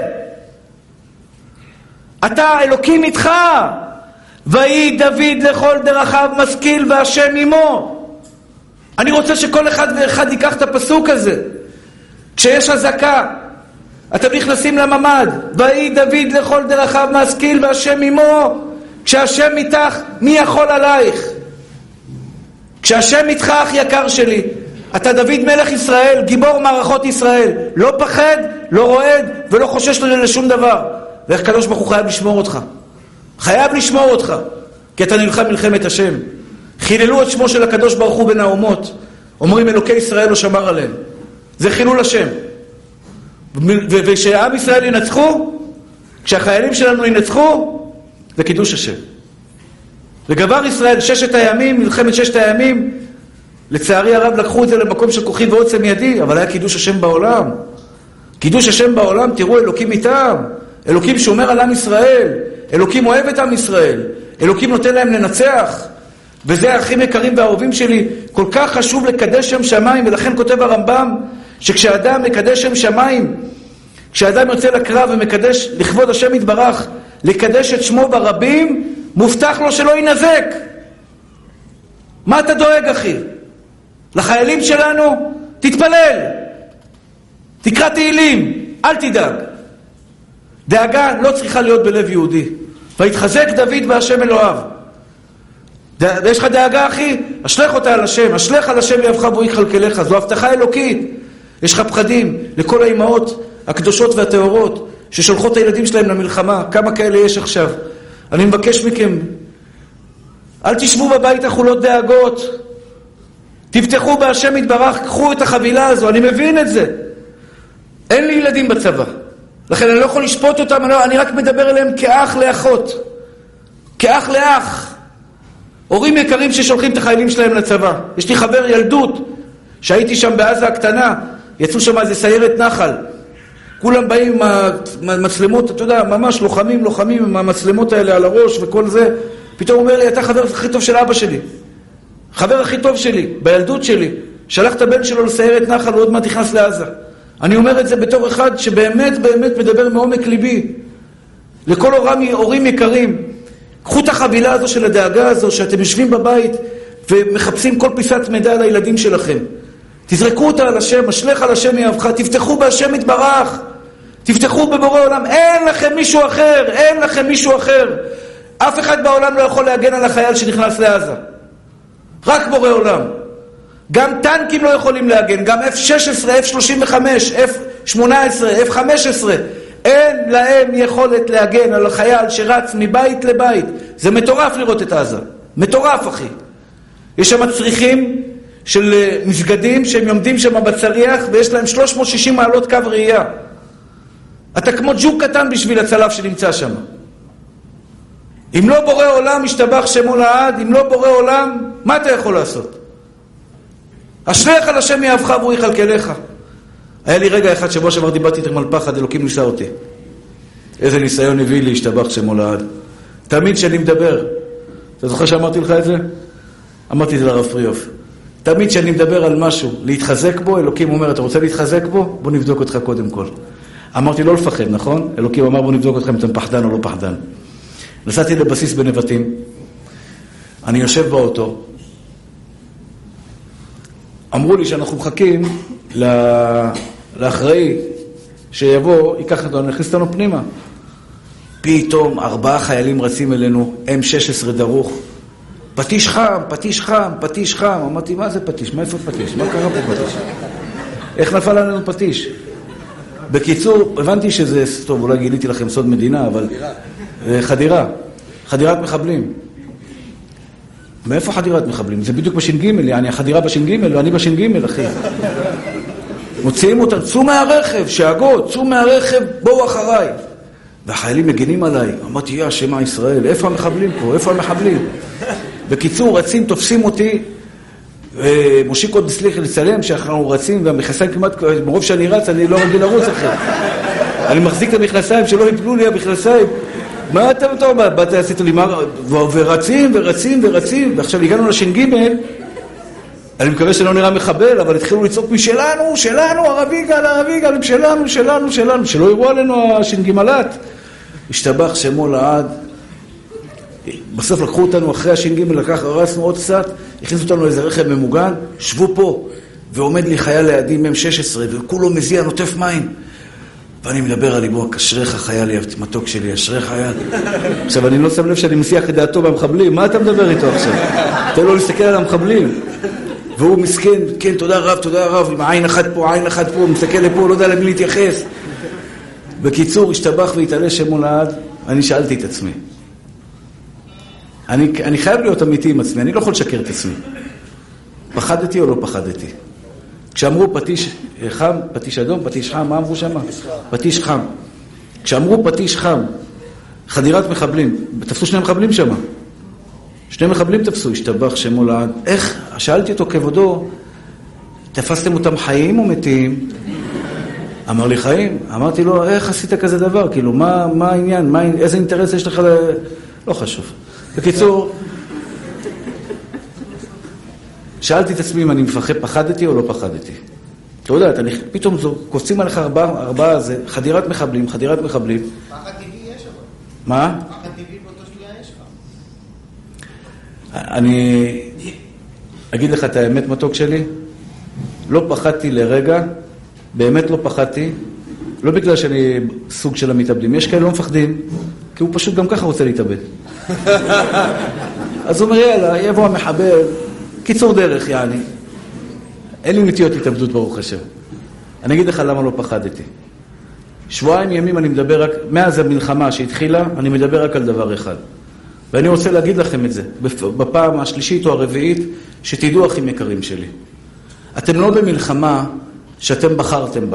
אתה אלוקים איתך. ויהי דוד לכל דרכיו משכיל והשם עמו. אני רוצה שכל אחד ואחד ייקח את הפסוק הזה. כשיש אזעקה, אתם נכנסים לממד, ויהי דוד לכל דרכיו משכיל והשם עמו. כשהשם איתך, מי יכול עלייך? כשהשם איתך, אח יקר שלי, אתה דוד מלך ישראל, גיבור מערכות ישראל, לא פחד, לא רועד ולא חושש לשום דבר. ואיך קדוש ברוך הוא חייב לשמור אותך, חייב לשמור אותך, כי אתה נלחם מלחמת השם. חיללו את שמו של הקדוש ברוך הוא בין האומות, אומרים אלוקי ישראל לא שמר עליהם. זה חילול השם. וכשעם ישראל ינצחו, כשהחיילים שלנו ינצחו, זה קידוש השם. וגבר ישראל, 6 הימים, מלחמת 6 הימים, לצערי הרב לקחו את זה למקום של כוחי ועוצם ידי, אבל היה קידוש השם בעולם. קידוש השם בעולם, תראו, אלוקים איתם, אלוקים שומר על עם ישראל, אלוקים אוהב את עם ישראל, אלוקים נותן להם לנצח. וזה האחים יקרים והאהובים שלי, כל כך חשוב לקדש שם שמיים. ולכן כותב הרמב"ם שכשאדם מקדש שם שמיים, כשאדם יוצא לקרב ומקדש לכבוד השם יתברך, לקדש את שמו ברבים, מובטח לו שלא ינזק. מה אתה דואג, אחי? לחיילים שלנו תתפלל, תקרא תהילים, אל תדאג. דאגה לא צריכה להיות בלב יהודי. ויתחזק דוד בהשם אלוהיו. יש לך דאגה, אחי? אשלך אותה על השם, אשלך על השם יאהבך והוא יכלכלך. זו הבטחה אלוקית. יש לך פחדים לכל האימהות הקדושות והטהורות ששולחות את הילדים שלהם למלחמה. כמה כאלה יש עכשיו? אני מבקש מכם, אל תשבו בבית החולות דאגות, תפתחו בהשם יתברך, קחו את החבילה הזו. אני מבין את זה. אין לי ילדים בצבא, לכן אני לא יכול לשפוט אותם, אני רק מדבר אליהם כאח לאחות, כאח לאח. הורים יקרים ששולחים את החיילים שלהם לצבא. יש לי חבר ילדות שהייתי שם בעזה הקטנה, יצאו שם איזה סיירת נחל, כולם באים עם המצלמות, אתה יודע, ממש לוחמים עם המצלמות האלה על הראש וכל זה. פתאום הוא אומר לי, אתה חבר הכי טוב של אבא שלי, חבר הכי טוב שלי בילדות שלי, שלח את הבן שלו לסיירת נחל ועוד מעט נכנס לעזה. אני אומר את זה בתור אחד שבאמת באמת מדבר מעומק ליבי לכל הורים יקרים. קחו את החבילה הזו של הדאגה הזו, שאתם יושבים בבית ומחפשים כל פיסת מידע על הילדים שלכם. תזרקו אותה על השם, אשליך על השם יאהבך, תפתחו בהשם יתברך, תפתחו בבורא עולם, אין לכם מישהו אחר, אין לכם מישהו אחר. אף אחד בעולם לא יכול להגן על החייל שנכנס לעזה. רק בורא עולם. גם טנקים לא יכולים להגן, גם F-16, F-35, F-18, F-15, אין להם יכולת להגן על החייל שרץ מבית לבית. זה מטורף לראות את עזה. מטורף, אחי. יש שם צריכים של מסגדים שהם יומדים שם בצריח ויש להם 360 מעלות קו ראייה. אתה כמו ג'וק קטן בשביל הצלף שנמצא שם. אם לא בורא עולם ישתבח שמו לעד, אם לא בורא עולם, מה אתה יכול לעשות? אשריך על השם יאהבך והוא יכלכלך. היה לי רגע אחד שבוע שעבר דיברתי איתכם על פחד, אלוקים ניסה אותי. איזה ניסיון הביא לי, ישתבח שמו לעד. תמיד שאני מדבר, אתה זוכר שאמרתי לך את זה? אמרתי את זה לרב פריוף. תמיד שאני מדבר על משהו, להתחזק בו, אלוקים אומר, אתה רוצה להתחזק בו? בוא נבדוק אותך קודם כל. אמרתי לא לפחד, נכון? אלוקים אמר, בוא נבדוק אותך אם אתם פחדן או לא פחדן. נסעתי לבסיס בנבטים, אני יושב באוטו, אמרו לי שאנחנו מחכים לאחראי שיבוא, ייקח אותנו, נכניס אותנו פנימה. פתאום 4 חיילים רצים אלינו, M16 דרוך, פטיש חם, פטיש חם, פטיש חם. אמרתי, מה זה פטיש? מה איפה פטיש? מה קרה פה פטיש? איך נפל עלינו פטיש? בקיצור, הבנתי שזה, טוב, אולי גיליתי לכם סוד מדינה, אבל חדירה, חדירת מחבלים. מאיפה חדירת מחבלים? זה בדיוק בש"ג, אני החדירה בש"ג, ואני בש"ג, אחי. מוציאים אותם, צאו מהרכב, שאגות, צאו מהרכב, בואו אחריי. והחיילים מגנים עליי. אמרתי, יא, שמה ישראל, איפה המחבלים פה? איפה המחבלים? בקיצור, רצים, תופסים אותי, מושיק עוד סליח לצלם, שאנחנו רצים, והמכנסיים כמעט, מרוב שאני רץ, אני לא רגיל לרוץ אחרי. אני מחזיק את המכנסיים, שלא יפלו לי המכנסיים. מה אתה אומר? באת עשית לי מה? ורצים, ורצים, ורצים, ועכשיו הגענו לש"ג, אני מקווה שלא נראה מחבל, אבל התחילו לצעוק משלנו, שלנו, ערבי גל, שלנו, שלנו, שלנו, שלא יראו עלינו הש"גל"ת. השתבח שמו לעד. בסוף לקחו אותנו אחרי הש"ג, רצנו עוד קצת, הכניסו אותנו לאיזה רכב ממוגן, שבו פה, ועומד לי חייל לידי M16, וכולו מזיע, נוטף מים. ואני מדבר על ליבו, אשריך חייל מתוק שלי, אשריך חייל. עכשיו, אני לא שם לב שאני מסיח את דעתו במחבלים, מה אתה מדבר איתו עכשיו? תן לו להסתכל על המחבלים. והוא מסכן, כן, תודה רב, עם עין אחת פה, הוא מסתכל לפה, לא יודע למי להתייחס. בקיצור, השתבח והתעלה שמו לעד, אני שאלתי את עצמי. אני חייב להיות אמיתי עם עצמי, אני לא יכול לשקר את עצמי. פחדתי או לא פחדתי? כשאמרו פטיש חם, פטיש אדום, פטיש חם, מה אמרו שם? פטיש חם. כשאמרו פטיש חם, חדירת מחבלים, תפסו 2 מחבלים שם. 2 מחבלים תפסו, השתבח שמו לעד. איך? שאלתי אותו כבודו, תפסתם אותם חיים או מתים? אמר לי חיים. אמרתי לו, איך עשית כזה דבר? כאילו, מה העניין? איזה אינטרס יש לך? לא חשוב. בקיצור, שאלתי את עצמי אם אני פחדתי או לא פחדתי. אתה יודע, פתאום קופצים עליך 4, זה חדירת מחבלים. פחד טבעי יש אבל. מה? פחד טבעי באותו שנייה יש לך. אני אגיד לך את האמת מתוק שלי, לא פחדתי לרגע, באמת לא פחדתי, לא בגלל שאני סוג של המתאבדים. יש כאלה לא מפחדים, כי הוא פשוט גם ככה רוצה להתאבד. אז הוא אומר, יאללה, יבוא המחבל, קיצור דרך, יעני. אין לי נטיות התאבדות, ברוך השם. אני אגיד לך למה לא פחדתי. 2 ימים אני מדבר רק, מאז המלחמה שהתחילה, אני מדבר רק על דבר אחד. ואני רוצה להגיד לכם את זה, בפעם השלישית או הרביעית, שתדעו אחים יקרים שלי. אתם לא במלחמה שאתם בחרתם בה.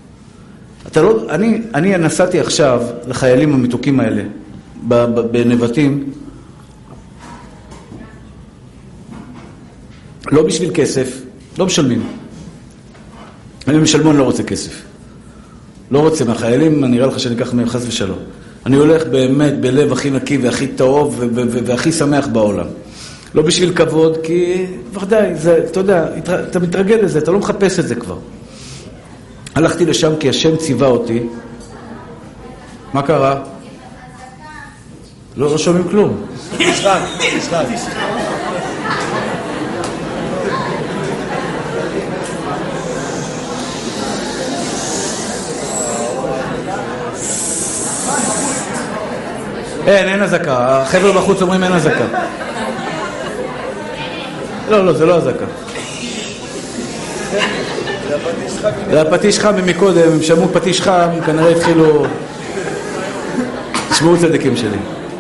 אני נסעתי עכשיו לחיילים המתוקים האלה, בנבטים, לא בשביל כסף, לא משלמים. אני משלמון לא רוצה כסף. לא רוצה מהחיילים, אני אראה לך שאני אקח מהם חס ושלום. אני הולך באמת בלב הכי נקי והכי טוב והכי שמח בעולם. לא בשביל כבוד, כי ודאי, אתה יודע, אתה מתרגל לזה, אתה לא מחפש את זה כבר. הלכתי לשם כי השם ציווה אותי. מה קרה? לא שומעים כלום. משחק. אין הזקה. החבר'ה בחוץ אומרים אין הזקה. לא, זה לא הזקה. זה הפטיש חם ממקודם, הם שמעו פטיש חם, כנראה התחילו... תשמעו צדיקים שלי.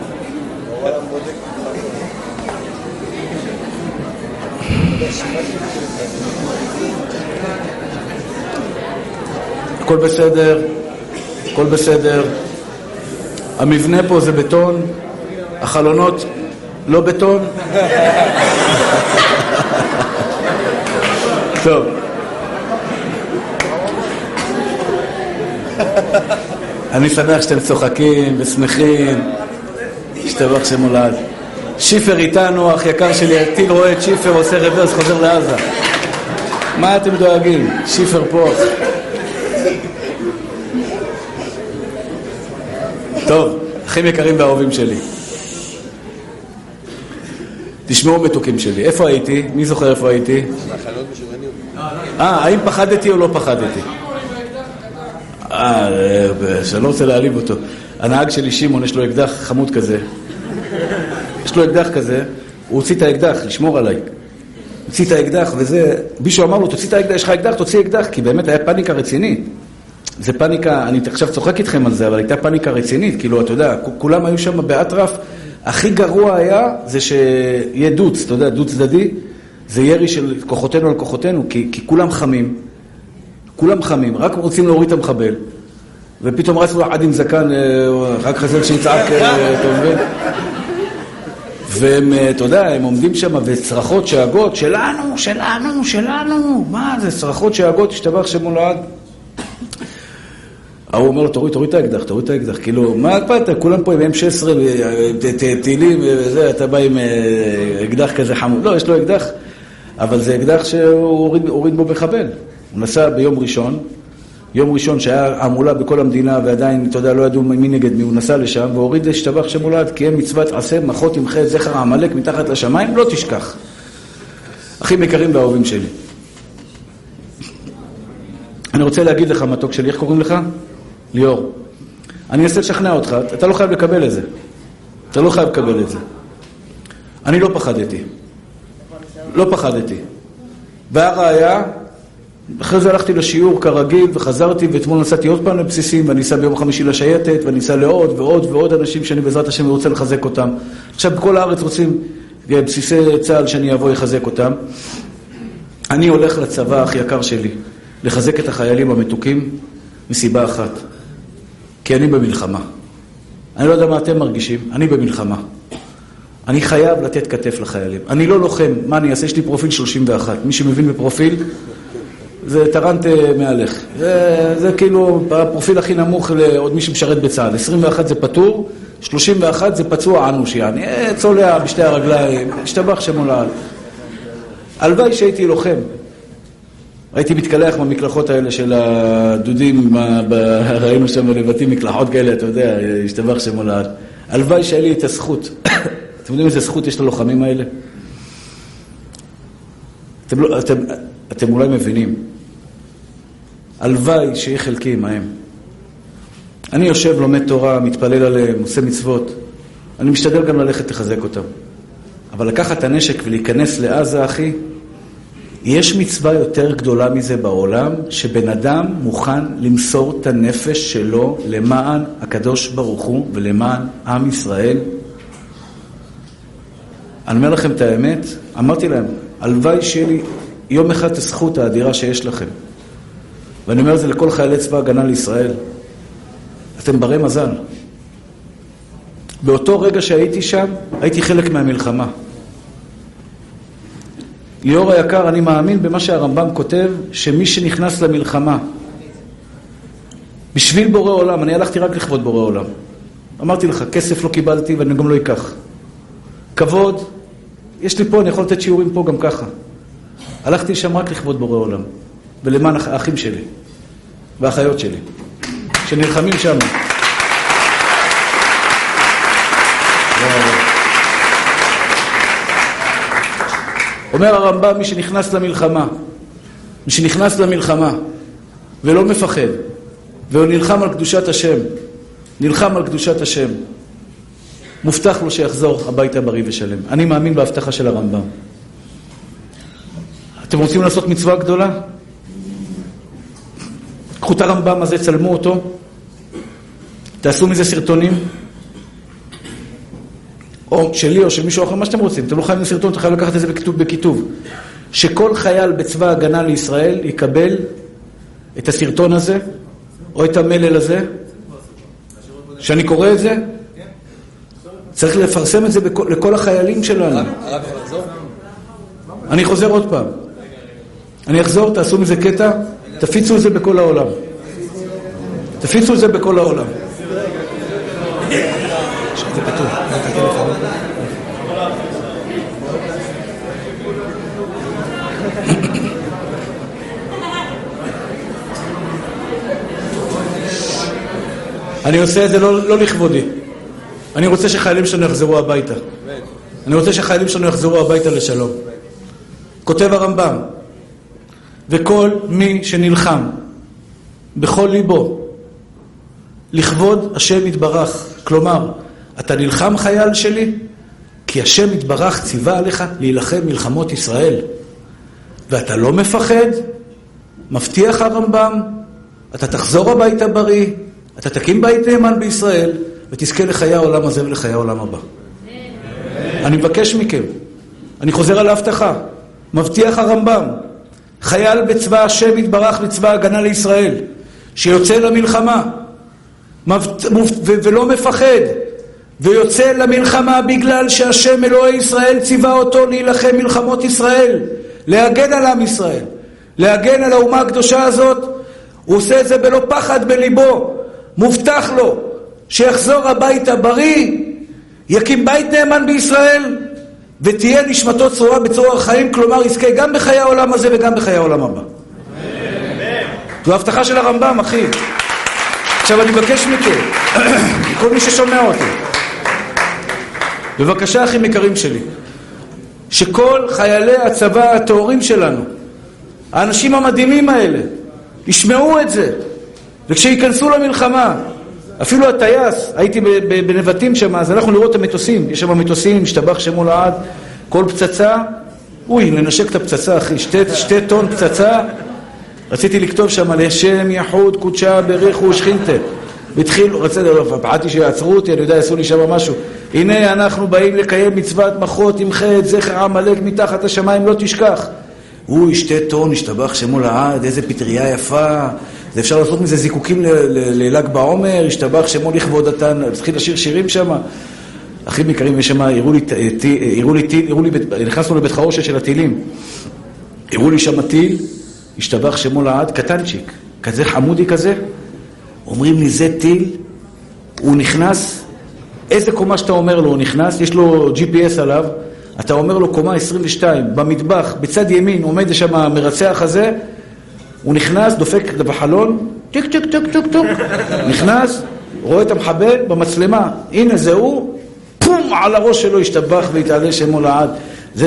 הכל בסדר, הכל בסדר. המבנה פה זה בטון, החלונות לא בטון. טוב. אני שמח שאתם צוחקים ושמחים. השתבח שמולד. שיפר איתנו, אח יקר שלי, הטיל רואה את שיפר, עושה רוורס, חוזר לעזה. מה אתם דואגים? שיפר פה. טוב, אחים יקרים ואהובים שלי. תשמעו מתוקים שלי. איפה הייתי? מי זוכר איפה הייתי? האם פחדתי או לא פחדתי? שאני לא רוצה להעליב אותו. הנהג שלי שימון, יש לו אקדח חמוד כזה. יש לו אקדח כזה, הוא הוציא את האקדח, לשמור עליי. הוציא את האקדח וזה, מישהו אמר לו, תוציא את האקדח, יש לך אקדח, תוציא אקדח, כי באמת היה פאניקה רצינית. זה פאניקה, אני עכשיו צוחק איתכם על זה, אבל הייתה פאניקה רצינית, כאילו, אתה יודע, כולם היו שם באטרף, הכי גרוע היה, זה שיהיה דוץ, אתה יודע, דוץ צדדי, זה ירי של כוחותינו על כוחותינו, כי כולם חמים, רק רוצים להוריד את המחבל, ופתאום רצו לו עד עם זקן, רק חזר שיצעק, אתה מבין? והם, אתה יודע, הם עומדים שם, וצרחות שאגות, שלנו, מה זה, צרחות שאגות, השתבח שמולד. הוא אומר לו, תוריד את האקדח, כאילו, מה אכפת? כולם פה עם M16, טילים וזה, אתה בא עם אקדח כזה חמוד. לא, יש לו אקדח, אבל זה אקדח שהוא הוריד בו מחבל. הוא נסע ביום ראשון שהיה עמולה בכל המדינה, ועדיין, אתה יודע, לא ידעו מי נגד מי, הוא נסע לשם, והוריד השתבח שמולד, כי הם מצוות עשה, מחות ימחה את זכר העמלק מתחת לשמיים, לא תשכח. אחים יקרים ואהובים שלי. אני רוצה להגיד לך, מתוק שלי, איך קוראים לך? ליאור. אני אנסה לשכנע אותך, אתה לא חייב לקבל את זה. אני לא פחדתי. והראיה, אחרי זה הלכתי לשיעור כרגיל וחזרתי, ואתמול נסעתי עוד פעם לבסיסים, ואני אסע ביום חמישי לשייטת, ואני אסע לעוד ועוד אנשים שאני בעזרת השם רוצה לחזק אותם. עכשיו בכל הארץ רוצים בסיסי צה"ל שאני אבוא לחזק אותם. אני הולך לצבא הכי יקר שלי, לחזק את החיילים המתוקים מסיבה אחת. כי אני במלחמה. אני לא יודע מה אתם מרגישים, אני במלחמה. אני חייב לתת כתף לחיילים. אני לא לוחם, מה אני אעשה? יש לי פרופיל 31. מי שמבין בפרופיל, זה טרנט מהלך. זה כאילו הפרופיל הכי נמוך לעוד מי שמשרת בצה"ל. 21 זה פטור, 31 זה פצוע אנוש, יעני. צולע בשתי הרגליים, השתבח שמולד. הלוואי שהייתי לוחם. הייתי מתקלח במקלחות האלה של הדודים, ראינו שם בלבטים מקלחות כאלה, אתה יודע, השתבח שמולד. הלוואי שהיה לי את הזכות. אתם יודעים איזה זכות יש ללוחמים האלה? אתם אולי מבינים. הלוואי שיהיה חלקי עמהם. אני יושב, לומד תורה, מתפלל עליהם, עושה מצוות. אני משתדל גם ללכת לחזק אותם. אבל לקחת את הנשק ולהיכנס לעזה, אחי, יש מצווה יותר גדולה מזה בעולם, שבן אדם מוכן למסור את הנפש שלו למען הקדוש ברוך הוא ולמען עם ישראל. אני אומר לכם את האמת, אמרתי להם, הלוואי שיהיה לי יום אחד את הזכות האדירה שיש לכם. ואני אומר את זה לכל חיילי צבא הגנה לישראל. אתם ברי מזל. באותו רגע שהייתי שם, הייתי חלק מהמלחמה. ליאור היקר, אני מאמין במה שהרמב"ם כותב, שמי שנכנס למלחמה, בשביל בורא עולם, אני הלכתי רק לכבוד בורא עולם. אמרתי לך, כסף לא קיבלתי ואני גם לא אקח. כבוד, יש לי פה, אני יכול לתת שיעורים פה גם ככה. הלכתי שם רק לכבוד בורא עולם, ולמען האחים שלי, והאחיות שלי, שנלחמים שם. אומר הרמב"ם, מי שנכנס למלחמה, ולא מפחד, והוא נלחם על קדושת השם, מובטח לו שיחזור הביתה בריא ושלם. אני מאמין בהבטחה של הרמב"ם. אתם רוצים לעשות מצווה גדולה? קחו את הרמב"ם הזה, צלמו אותו, תעשו מזה סרטונים, או שלי או של מישהו אחר, מה שאתם רוצים. אתם לא חייבים סרטון, אתם חייבים לקחת את זה בכיתוב. שכל חייל בצבא ההגנה לישראל יקבל את הסרטון הזה, או את המלל הזה, שאני קורא את זה, צריך לפרסם את זה לכל החיילים שלנו. אני חוזר עוד פעם. אני אחזור, תעשו מזה קטע, תפיצו את זה בכל העולם. תפיצו את זה בכל העולם. זה כתוב. אני עושה את זה לא לכבודי. אני רוצה שחיילים שלנו יחזרו הביתה. אני רוצה שחיילים שלנו יחזרו הביתה לשלום. כותב הרמב"ם, וכל מי שנלחם בכל ליבו לכבוד השם יתברך, כלומר, אתה נלחם חייל שלי, כי השם יתברך ציווה עליך להילחם מלחמות ישראל, ואתה לא מפחד, מבטיח הרמב"ם, אתה תחזור הביתה בריא, אתה תקים בית נאמן בישראל, ותזכה לחיי העולם הזה ולחיי העולם הבא. אני מבקש מכם, אני חוזר על ההבטחה, מבטיח הרמב"ם, חייל בצבא השם יתברך לצבא הגנה לישראל, שיוצא למלחמה, ולא מפחד, ויוצא למלחמה בגלל שהשם אלוהי ישראל ציווה אותו להילחם מלחמות ישראל, להגן על עם ישראל, להגן על האומה הקדושה הזאת, הוא עושה את זה בלא פחד בליבו, מובטח לו שיחזור הביתה בריא, יקים בית נאמן בישראל, ותהיה נשמתו צרורה בצרור החיים, כלומר יזכה גם בחיי העולם הזה וגם בחיי העולם הבא. זו ההבטחה של הרמב"ם, אחי. עכשיו אני מבקש מכם, כל מי ששומע אותי, בבקשה אחים יקרים שלי, שכל חיילי הצבא הטהורים שלנו, האנשים המדהימים האלה, ישמעו את זה, וכשייכנסו למלחמה, אפילו הטייס, הייתי בנבטים שם, אז אנחנו לראות את המטוסים, יש שם מטוסים, משתבח שמו לעד, כל פצצה, ננשק את הפצצה אחי, 2 טון פצצה, רציתי לכתוב שם, לשם יחוד קודשה בריחו ושכינתה, והתחילו, פעלתי שיעצרו אותי, אני יודע, יעשו לי שם משהו, הנה אנחנו באים לקיים מצוות מחות, תמחה את זכר עמלק מתחת השמיים, לא תשכח. 2 טון, השתבח שמו לעד, איזה פטריה יפה, זה אפשר לעשות מזה זיקוקים לל"ג בעומר, השתבח שמו לכבוד התן, צריכים לשיר שירים שם. אחים יקרים, יש שם, הראו לי, נכנסנו לבית חרושת של הטילים, הראו לי שם טיל, השתבח שמו לעד, קטנצ'יק, כזה חמודי כזה, אומרים לי זה טיל, הוא נכנס, איזה קומה שאתה אומר לו הוא נכנס, יש לו GPS עליו, אתה אומר לו קומה 22, במטבח, בצד ימין עומד שם המרצח הזה, הוא נכנס, דופק בחלון, טיק טיק טיק טיק טיק, נכנס, רואה את המחבל במצלמה, הנה זה הוא, פום, על הראש שלו ישתבח והתעלה שמו לעד, זה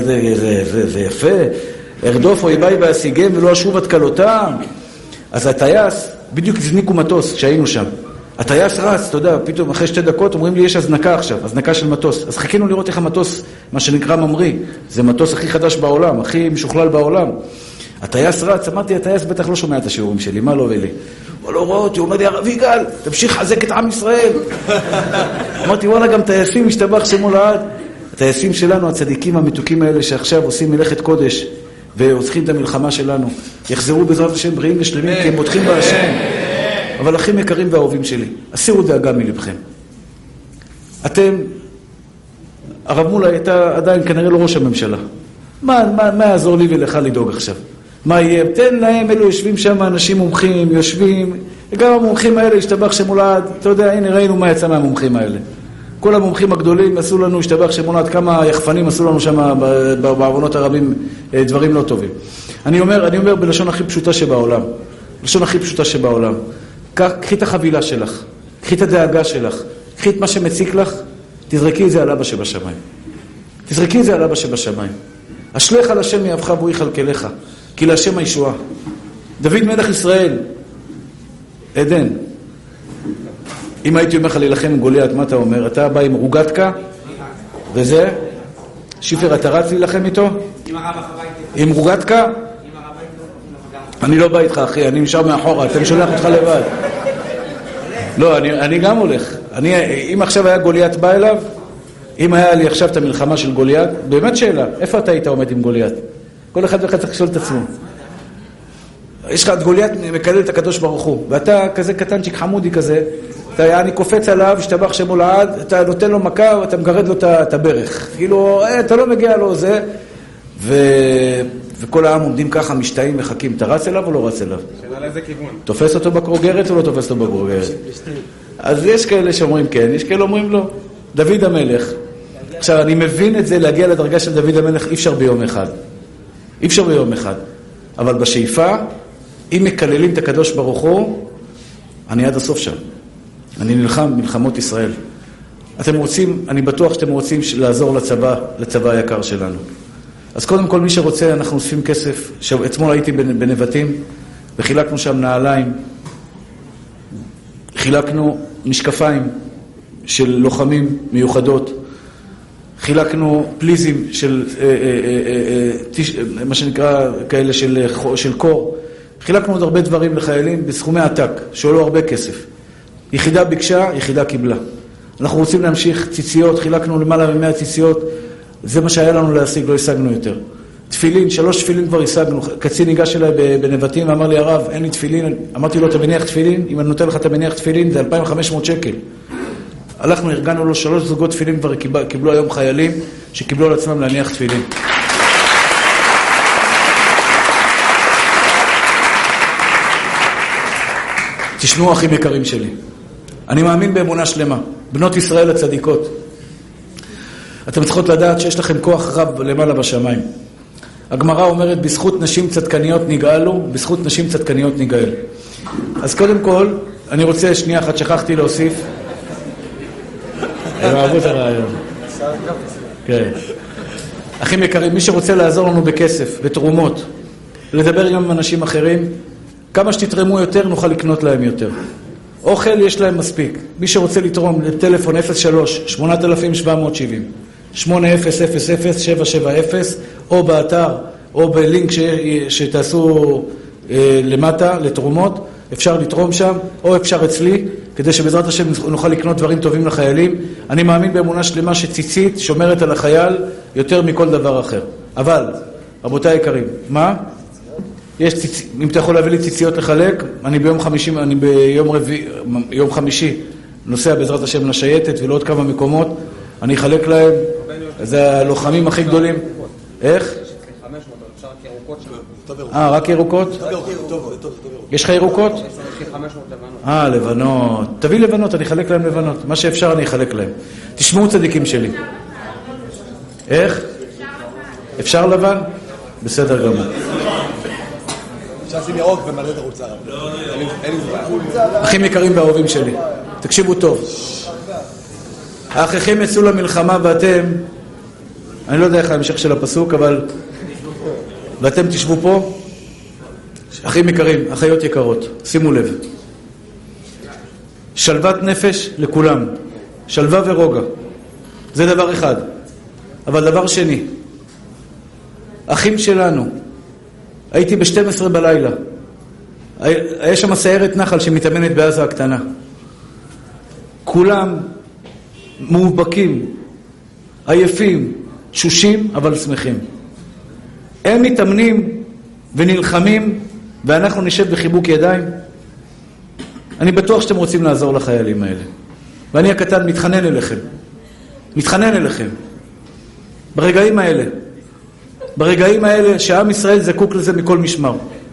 יפה, ארדוף אויביי ואשיגם ולא אשוב עד כלותם. אז הטייס, בדיוק הזניקו מטוס כשהיינו שם, הטייס רץ, אתה יודע, פתאום אחרי 2 דקות אומרים לי יש הזנקה עכשיו, הזנקה של מטוס, אז חיכינו לראות איך המטוס, מה שנקרא ממריא, זה מטוס הכי חדש בעולם, הכי משוכלל בעולם. הטייס רץ, אמרתי, הטייס בטח לא שומע את השיעורים שלי, מה לא ולי? הוא לא רואה אותי, הוא אומר לי, הרב יגאל, תמשיך לחזק את עם ישראל. אמרתי, וואלה, גם טייסים משתבח שמו לעד. הטייסים שלנו, הצדיקים המתוקים האלה שעכשיו עושים מלאכת קודש ועוצחים את המלחמה שלנו, יחזרו בעזרת השם בריאים ושלמים, כי הם מותחים בהשם. אבל אחים יקרים ואהובים שלי, הסירו דאגה מלבכם. אתם, הרב מולה, אתה עדיין כנראה לא ראש הממשלה. מה יעזור לי ולך לדאוג עכשיו? מה יהיה? תן להם, אלו יושבים שם, אנשים מומחים, יושבים, וגם המומחים האלה השתבח שמולד, אתה יודע, הנה ראינו מה יצא מהמומחים האלה. כל המומחים הגדולים עשו לנו, השתבח שמולד, כמה יחפנים עשו לנו שם בעוונות הרבים דברים לא טובים. אני אומר בלשון הכי פשוטה שבעולם, לשון הכי פשוטה שבעולם, קחי את החבילה שלך, קחי את הדאגה שלך, קחי את מה שמציק לך, תזרקי את זה על אבא שבשמיים. תזרקי את זה על אבא שבשמיים. אשליך על השם יאהבך והוא יכלכלך, כי להשם הישועה. דוד מלך ישראל, עדן, אם הייתי אומר לך להילחם עם גוליית, מה אתה אומר? אתה בא עם רוגטקה, וזה? שיפר, אתה רץ להילחם איתו? עם רוגטקה? אני לא בא איתך, אחי, אני נשאר מאחורה, אתה שולח אותך לבד. לא, אני גם הולך. אם עכשיו היה גוליית בא אליו, אם היה לי עכשיו את המלחמה של גוליית, באמת שאלה, איפה אתה היית עומד עם גוליית? כל אחד ואחד צריך לשאול את עצמו. יש לך את גוליית מקלל את הקדוש ברוך הוא, ואתה כזה קטנצ'יק חמודי כזה, אני קופץ עליו, שתבח שמו לעד, אתה נותן לו מכה ואתה מגרד לו את הברך. כאילו, אתה לא מגיע לו זה, וכל העם עומדים ככה, משתאים, מחכים. אתה רץ אליו או לא רץ אליו? שאלה לאיזה כיוון? תופס אותו בקרוגרת או לא תופס אותו בקרוגרת? אז יש כאלה שאומרים כן, יש כאלה אומרים לא. דוד המלך. עכשיו, אני מבין את זה, להגיע לדרגה של דוד המלך, אי אפשר ביום אחד. אי אפשר ביום אחד. אבל בשאיפה, אם מקללים את הקדוש ברוך הוא, אני עד הסוף שם. אני נלחם מלחמות ישראל. אתם רוצים, אני בטוח שאתם רוצים לעזור לצבא היקר שלנו. אז קודם כל, מי שרוצה, אנחנו אוספים כסף. אתמול הייתי בנבטים, וחילקנו שם נעליים. חילקנו משקפיים של לוחמים מיוחדות. חילקנו פליזים של, מה שנקרא, כאלה של קור. חילקנו עוד הרבה דברים לחיילים בסכומי עתק, שעולו הרבה כסף. יחידה ביקשה, יחידה קיבלה. אנחנו רוצים להמשיך ציציות, חילקנו למעלה מ100 ציציות, זה מה שהיה לנו להשיג, לא השגנו יותר. תפילין, 3 תפילין כבר השגנו. קצין ניגש אליי בנבטים ואמר לי, הרב, אין לי תפילין. אמרתי לו, אתה מניח תפילין? אם אני נותן לך, אתה מניח תפילין, זה 2,500 שקל. הלכנו, ארגנו לו 3 זוגות תפילין, כבר קיבלו היום חיילים שקיבלו על עצמם להניח תפילין. תשמעו, אחים יקרים שלי. אני מאמין באמונה שלמה. בנות ישראל הצדיקות. אתם צריכות לדעת שיש לכם כוח רב למעלה בשמיים. הגמרא אומרת, בזכות נשים צדקניות נגאלו, בזכות נשים צדקניות נגאל. אז קודם כל, אני רוצה שנייה אחת, שכחתי להוסיף. הם אהבו את הרעיון. כן. אחים יקרים, מי שרוצה לעזור לנו בכסף, בתרומות, לדבר גם עם אנשים אחרים, כמה שתתרמו יותר, נוכל לקנות להם יותר. אוכל יש להם מספיק. מי שרוצה לתרום לטלפון 03-8770, 8000-770, או באתר, או בלינק שתעשו למטה לתרומות, אפשר לתרום שם, או אפשר אצלי, כדי שבעזרת השם נוכל לקנות דברים טובים לחיילים. אני מאמין באמונה שלמה שציצית שומרת על החייל יותר מכל דבר אחר. אבל, רבותיי יקרים, מה? אם אתה יכול להביא לי ציציות לחלק, אני ביום חמישי נוסע בעזרת השם לשייטת ולעוד כמה מקומות, אני אחלק להם, זה הלוחמים הכי גדולים. איך? רק ירוקות? יש לך ירוקות? לבנות. תביא לבנות, אני אחלק להם לבנות. מה שאפשר אני אחלק להם. תשמעו צדיקים שלי. איך? אפשר לבן? בסדר גמור. אפשר לשים ירוק ומלא את ערוץ הרב. אחים יקרים ואהובים שלי, תקשיבו טוב. האחיכם יצאו למלחמה ואתם, אני לא יודע איך ההמשך של הפסוק, אבל ואתם תשבו פה. אחים יקרים, אחיות יקרות, שימו לב. שלוות נפש לכולם, שלווה ורוגע, זה דבר אחד. אבל דבר שני, אחים שלנו, הייתי ב-12 בלילה, היה שם סיירת נחל שמתאמנת בעזה הקטנה, כולם מאובקים, עייפים, תשושים אבל שמחים. הם מתאמנים ונלחמים ואנחנו נשב בחיבוק ידיים. אני בטוח שאתם רוצים לעזור לחיילים האלה, ואני הקטן מתחנן אליכם ברגעים האלה שעם ישראל זקוק לזה מכל משמר.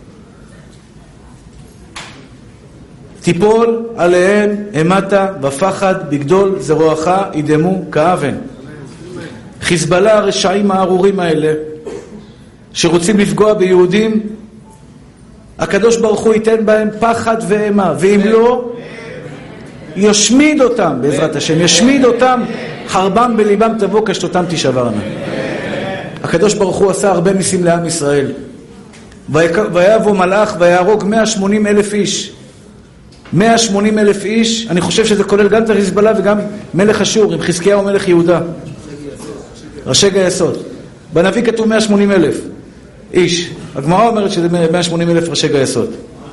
תיפול עליהם המתה בפחד בגדול זרועך ידמו כאבן. חיזבאללה הרשעים הארורים האלה שרוצים לפגוע ביהודים, הקדוש ברוך הוא ייתן בהם פחד ואימה, ואם לא ישמיד אותם בעזרת השם, ישמיד אותם, חרבם בליבם תבוא כשתותם תשברנה. הקדוש ברוך הוא עשה הרבה ניסים לעם ישראל, ויבוא מלאך ויהרוג 180,000 איש, 180,000 איש, אני חושב שזה כולל גם את החיזבאללה וגם מלך אשור, עם חזקיהו מלך יהודה. ראשי גייסות. בנביא כתוב 180,000 איש. הגמרא אומרת שזה 180,000 ראשי גייסות.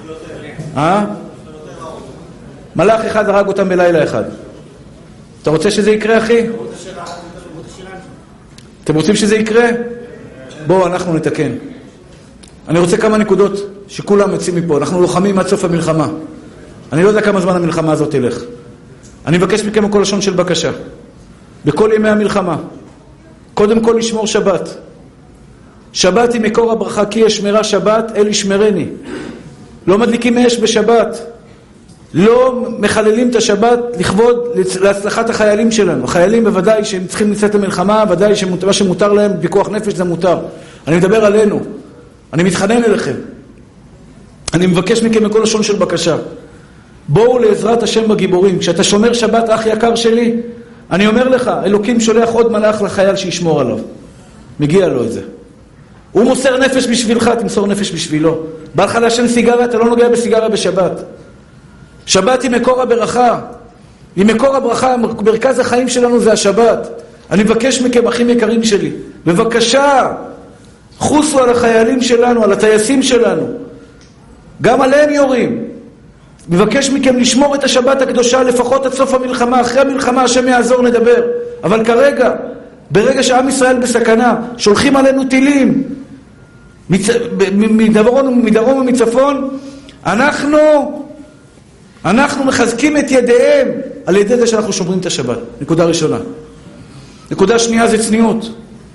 מלאך אחד הרג אותם בלילה אחד. אתה רוצה שזה יקרה, אחי? אתם רוצים שזה יקרה? בואו, אנחנו נתקן. אני רוצה כמה נקודות שכולם יוצאים מפה. אנחנו לוחמים עד סוף המלחמה. אני לא יודע כמה זמן המלחמה הזאת תלך. אני מבקש מכם כל לשון של בקשה. בכל ימי המלחמה. קודם כל לשמור שבת. שבת היא מקור הברכה, כי ישמרה שבת, אל ישמרני. לא מדליקים אש בשבת. לא מחללים את השבת לכבוד, להצלחת החיילים שלנו. החיילים בוודאי שהם צריכים לצאת למלחמה, ודאי שמה שמותר להם, פיקוח נפש זה מותר. אני מדבר עלינו. אני מתחנן אליכם. אני מבקש מכם מכל לשון של בקשה. בואו לעזרת השם בגיבורים. כשאתה שומר שבת, אח יקר שלי, אני אומר לך, אלוקים שולח עוד מלאך לחייל שישמור עליו. מגיע לו את זה. הוא מוסר נפש בשבילך, תמסור נפש בשבילו. בא לך לעשן סיגריה, אתה לא נוגע בסיגריה בשבת. שבת היא מקור הברכה. היא מקור הברכה, מרכז החיים שלנו זה השבת. אני מבקש מכם, אחים יקרים שלי, בבקשה, חוסו על החיילים שלנו, על הטייסים שלנו. גם עליהם יורים. מבקש מכם לשמור את השבת הקדושה לפחות עד סוף המלחמה. אחרי המלחמה השם יעזור, נדבר. אבל כרגע, ברגע שעם ישראל בסכנה, שולחים עלינו טילים מדרום ומצפון, אנחנו מחזקים את ידיהם על ידי זה שאנחנו שומרים את השבת. נקודה ראשונה. נקודה שנייה זה צניעות.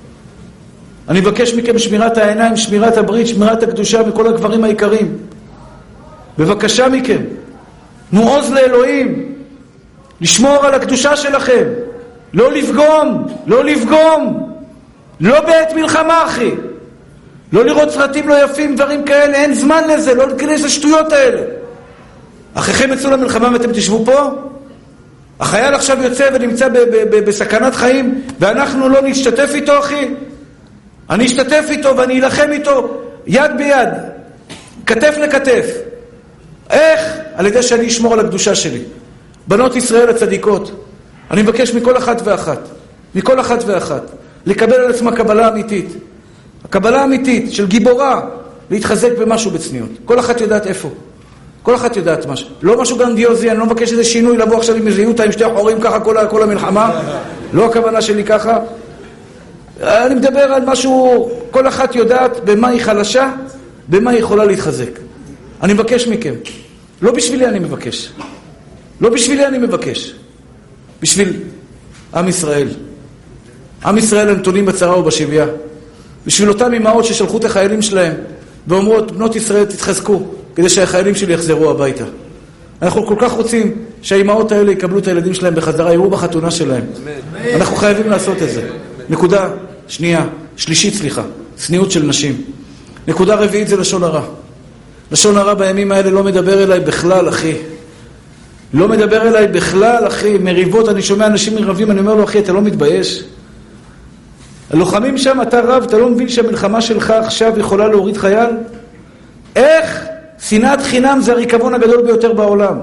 אני מבקש מכם שמירת העיניים, שמירת הברית, שמירת הקדושה מכל הגברים העיקרים. בבקשה מכם, תנו עוז לאלוהים, לשמור על הקדושה שלכם, לא לפגום, לא לפגום, לא בעת מלחמה, אחי. לא לראות סרטים לא יפים, דברים כאלה, אין זמן לזה, לא להיכנס לשטויות האלה. אחיכם יצאו למלחמה ואתם תשבו פה? החייל עכשיו יוצא ונמצא בסכנת חיים, ואנחנו לא נשתתף איתו, אחי? אני אשתתף איתו ואני אלחם איתו יד ביד, כתף לכתף. איך? על ידי שאני אשמור על הקדושה שלי. בנות ישראל הצדיקות, אני מבקש מכל אחת ואחת, לקבל על עצמה קבלה אמיתית. הקבלה אמיתית של גיבורה, להתחזק במשהו בצניעות. כל אחת יודעת איפה. כל אחת יודעת משהו. לא משהו גרנדיוזי, אני לא מבקש איזה שינוי, לבוא עכשיו עם זהיותה, עם שתי חורים ככה כל המלחמה. לא הכוונה שלי ככה. אני מדבר על משהו, כל אחת יודעת במה היא חלשה, במה היא יכולה להתחזק. אני מבקש מכם. לא בשבילי אני מבקש. לא בשבילי אני מבקש. בשביל עם ישראל. עם ישראל הנתונים בצרה ובשביה. בשביל אותם אמהות ששלחו את החיילים שלהם ואומרות, בנות ישראל תתחזקו כדי שהחיילים שלי יחזרו הביתה. אנחנו כל כך רוצים שהאמהות האלה יקבלו את הילדים שלהם בחזרה, יראו בחתונה שלהם. אנחנו חייבים לעשות את זה. נקודה שלישית, צניעות של נשים. נקודה רביעית זה לשון הרע. לשון הרע בימים האלה לא מדבר אליי בכלל, אחי. לא מדבר אליי בכלל, אחי. מריבות, אני שומע אנשים מרבים, אני אומר לו, אחי, אתה לא מתבייש? הלוחמים שם, אתה רב, אתה לא מבין שהמלחמה שלך עכשיו יכולה להוריד חייל? איך? שנאת חינם זה הריקבון הגדול ביותר בעולם.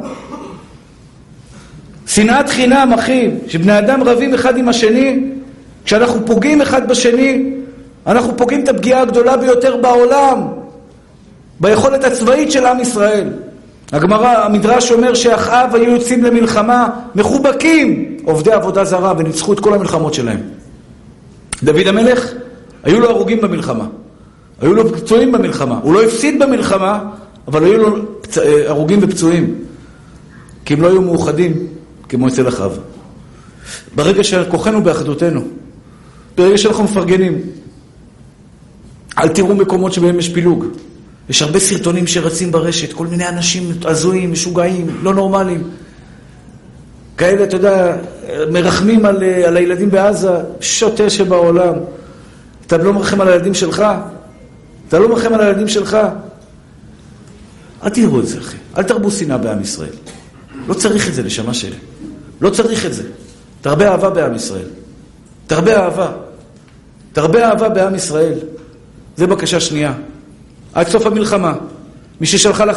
שנאת חינם, אחי, שבני אדם רבים אחד עם השני, כשאנחנו פוגעים אחד בשני, אנחנו פוגעים את הפגיעה הגדולה ביותר בעולם, ביכולת הצבאית של עם ישראל. הגמרא, המדרש אומר שאחאב היו יוצאים למלחמה מחובקים, עובדי עבודה זרה, וניצחו את כל המלחמות שלהם. דוד המלך, היו לו הרוגים במלחמה, היו לו פצועים במלחמה. הוא לא הפסיד במלחמה, אבל היו לו הרוגים ופצועים, כי הם לא היו מאוחדים כמו אצל אחאב. ברגע שכוחנו באחדותנו, ברגע שאנחנו מפרגנים, אל תראו מקומות שבהם יש פילוג. יש הרבה סרטונים שרצים ברשת, כל מיני אנשים הזויים, משוגעים, לא נורמליים. כאלה, אתה יודע, מרחמים על הילדים בעזה, שוטה שבעולם. אתה לא מרחם על הילדים שלך? אתה לא מרחם על הילדים שלך? אל תראו את זה, אחי. אל תרבו שנאה בעם ישראל. לא צריך את זה, נשמה שלי. לא צריך את זה. תרבה אהבה בעם ישראל. תרבה אהבה. תרבה אהבה בעם ישראל. זה בקשה שנייה. עד סוף המלחמה. מי ששלחה לך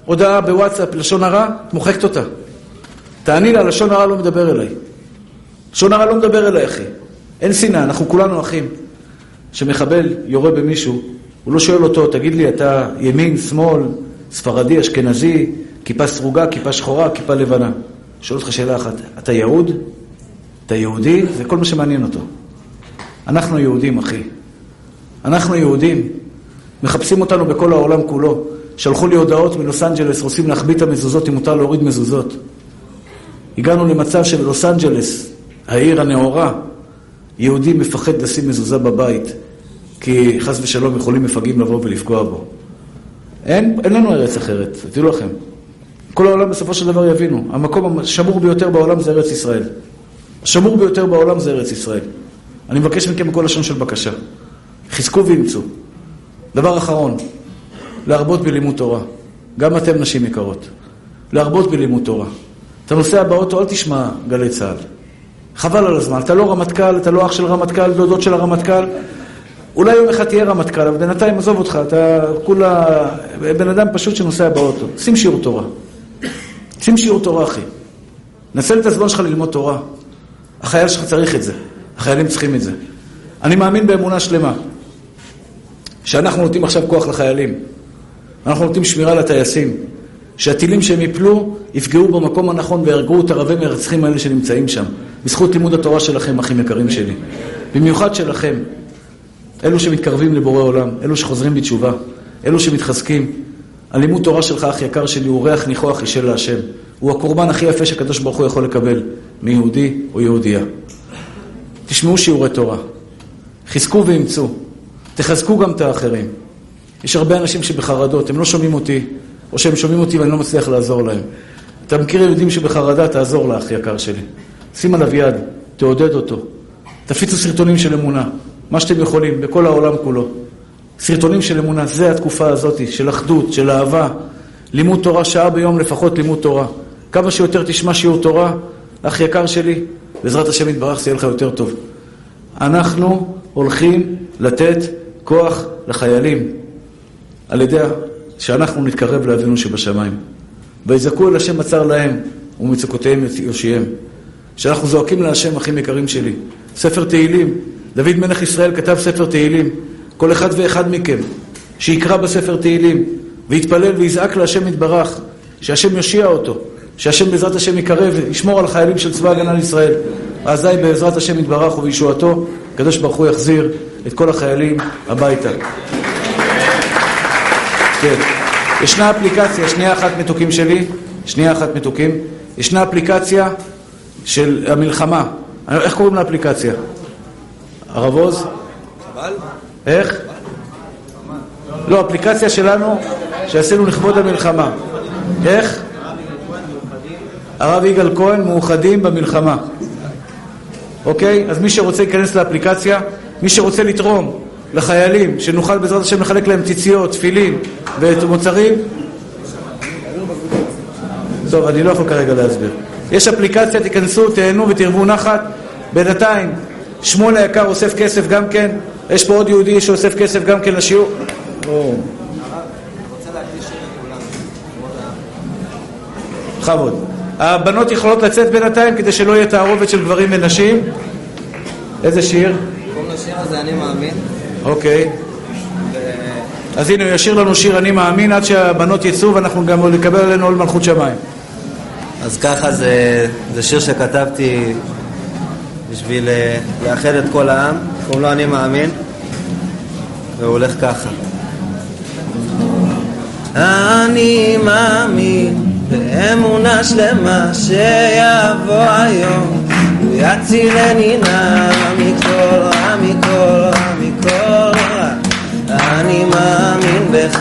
הודעה בוואטסאפ, לשון הרע, מוחקת אותה. תעני לה, לשון הרע לא מדבר אליי. לשון הרע לא מדבר אליי, אחי. אין שנאה, אנחנו כולנו אחים. שמחבל יורה במישהו, הוא לא שואל אותו, תגיד לי, אתה ימין, שמאל, ספרדי, אשכנזי, כיפה סרוגה, כיפה שחורה, כיפה לבנה. שואל אותך שאלה אחת, אתה יהוד? אתה יהודי? זה כל מה שמעניין אותו. אנחנו יהודים, אחי. אנחנו יהודים. מחפשים אותנו בכל העולם כולו. שלחו לי הודעות מלוס אנג'לס, רוצים להחביא את המזוזות, אם מותר להוריד מזוזות. הגענו למצב של לוס אנג'לס, העיר הנאורה, יהודי מפחד לשים מזוזה בבית, כי חס ושלום יכולים מפגעים לבוא ולפגוע בו. אין לנו ארץ אחרת, תדעו לכם. כל העולם בסופו של דבר יבינו. המקום השמור ביותר בעולם זה ארץ ישראל. השמור ביותר בעולם זה ארץ ישראל. אני מבקש מכם כל לשון של בקשה. חזקו וימצאו. דבר אחרון, להרבות בלימוד תורה. גם אתם נשים יקרות. להרבות בלימוד תורה. אתה נוסע באוטו, אל תשמע גלי צהל. חבל על הזמן. אתה לא רמטכ"ל, אתה לא אח של רמטכ"ל, דודות של הרמטכ"ל. אולי יום אחד תהיה רמטכ"ל, אבל בינתיים עזוב אותך. אתה כולה בן אדם פשוט שנוסע באוטו. שים שיעור תורה. שים שיעור תורה, אחי. נצל את הזמן שלך ללמוד תורה. החייל שלך צריך את זה. החיילים צריכים את זה. אני מאמין באמונה שלמה. שאנחנו נותנים עכשיו כוח לחיילים. אנחנו נותנים שמירה לטייסים. שהטילים שהם יפלו, יפגעו במקום הנכון וירגעו את ערבי מרצחים האלה שנמצאים שם. בזכות לימוד התורה שלכם, אחים יקרים שלי. במיוחד שלכם. אלו שמתקרבים לבורא עולם, אלו שחוזרים בתשובה, אלו שמתחזקים. הלימוד תורה שלך, אח יקר שלי, הוא ריח ניחוח אישל להשם. הוא הקורבן הכי יפה שקדוש ברוך הוא יכול לקבל, מיהודי או יהודייה. תשמעו שיעורי תורה. חזקו וימצאו. תחזקו גם את האחרים. יש הרבה אנשים שבחרדות, הם לא שומעים אותי, או שהם שומעים אותי ואני לא מצליח לעזור להם. אתה מכיר יהודים שבחרדה, תעזור לאח יקר שלי. שים עליו יד, תעודד אותו. תפיצו סרטונים של אמונה. מה שאתם יכולים, בכל העולם כולו. סרטונים של אמונה, זה התקופה הזאת, של אחדות, של אהבה. לימוד תורה, שעה ביום לפחות לימוד תורה. כמה שיותר תשמע שיעור תורה, אח יקר שלי, בעזרת השם יתברך, זה יהיה לך יותר טוב. אנחנו הולכים לתת כוח לחיילים, על ידי שאנחנו נתקרב לאבינו שבשמיים. ויזעקו אל השם בצר להם, ומצוקותיהם יושיעם. שאנחנו זועקים להשם, אחים יקרים שלי. ספר תהילים, דוד מלך ישראל כתב ספר תהילים. כל אחד ואחד מכם שיקרא בספר תהילים ויתפלל ויזעק להשם יתברך, שהשם יושיע אותו, שהשם בעזרת השם יקרב, ישמור על החיילים של צבא הגנה לישראל. אזי בעזרת השם יתברך ובישועתו, הקדוש ברוך הוא יחזיר את כל החיילים הביתה. כן. ישנה אפליקציה, שנייה אחת מתוקים שלי, שנייה אחת מתוקים. ישנה אפליקציה של המלחמה. איך קוראים לאפליקציה? הרב עוז? חבל? איך? לא, אפליקציה שלנו שעשינו לכבוד המלחמה. איך? הרב יגאל כהן, מאוחדים במלחמה. אוקיי? אז מי שרוצה להיכנס לאפליקציה, מי שרוצה לתרום לחיילים, שנוכל בעזרת השם לחלק להם ציציות, תפילין ומוצרים. טוב, אני לא יכול כרגע להסביר. יש אפליקציה, תיכנסו, תהנו ותרבו נחת. בינתיים, שמואל היקר אוסף כסף גם כן. יש פה עוד יהודי שאוסף כסף גם כן לשיעור. חבוד. הבנות יכולות לצאת בינתיים כדי שלא יהיה תערובת של גברים ונשים. איזה שיר? קוראים לשיר הזה אני מאמין. אוקיי. אז הנה, הוא ישיר לנו שיר אני מאמין עד שהבנות יצאו, ואנחנו גם נקבל עלינו עול מלכות שמיים. אז ככה זה שיר שכתבתי בשביל לאחד את כל העם. קוראים לו אני מאמין, והוא הולך ככה. אני מאמין באמונה שלמה שיבוא היום, הוא יצילני נא מכל רע, מכל רע, מכל רע. אני מאמין בך,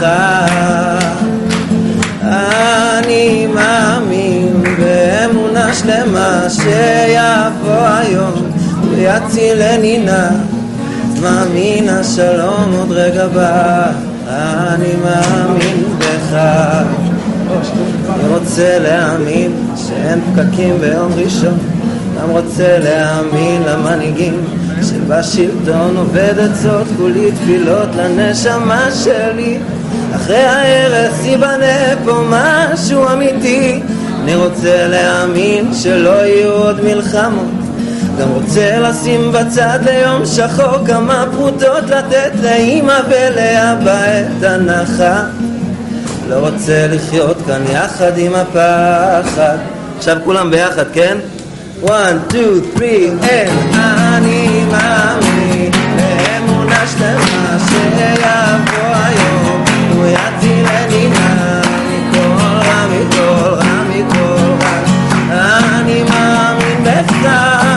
אני מאמין באמונה שלמה שיבוא היום, הוא יצילני נא. מאמין השלום עוד רגע בא, אני מאמין בך. אני רוצה להאמין שאין פקקים ביום ראשון, גם רוצה להאמין למנהיגים שבשלטון עובד עצות, כולי תפילות לנשמה שלי. אחרי ההרס ייבנה פה משהו אמיתי. אני רוצה להאמין שלא יהיו עוד מלחמות, גם רוצה לשים בצד ליום שחור כמה פרוטות לתת לאמא ולאבא את הנחה. לא רוצה לחיות כאן יחד עם הפחד. עכשיו כולם ביחד, כן? 1, 2, 3, and אני מאמין לאמונה שלמה שיבוא היום הוא יצילני מכל רע, מכל רע, מכל רע. אני מאמין בך,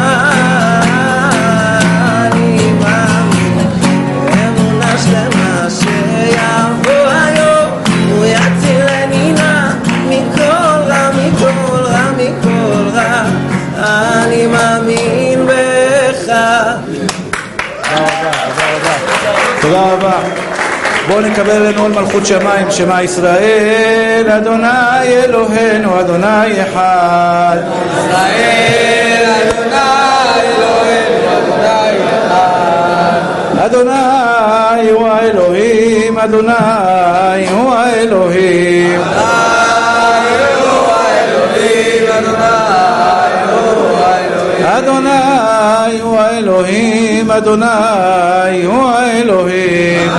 אני מאמין לאמונה שלמה שיבוא היום הוא יצילני מכל רע, מכל רע, מכל רע. אני מאמין בך. תודה רבה. בואו נקבל לנו על מלכות שמיים, שמע ישראל, אדוני אלוהינו, אדוני אחד. ישראל, אדוני אלוהינו, אדוני אחד. אדוני הוא האלוהים, אדוני הוא האלוהים. אדוני הוא האלוהים, אדוני הוא האלוהים.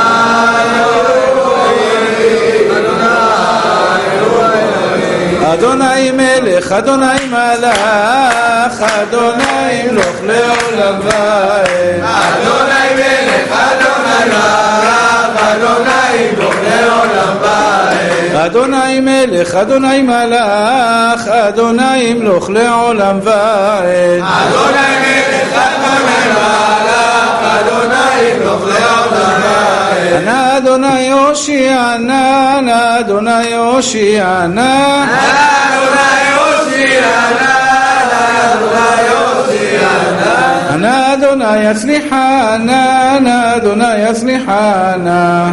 אדוני מלך, אדוני מלך, אדוני מלוך לעולם ועד. אדוני מלך, אדוני מלך, אדוני מלוך לעולם ועד. אדוני מלך, אדוני מלך, אדוני מלוך לעולם ועד. אדוני מלך, אדוני מלך, אדוני מלוך לעולם ועד. ענה אדוני הושיענה, ענה אדוני הושיענה. ענה אדוני יצליחנה, ענה אדוני יצליחנה.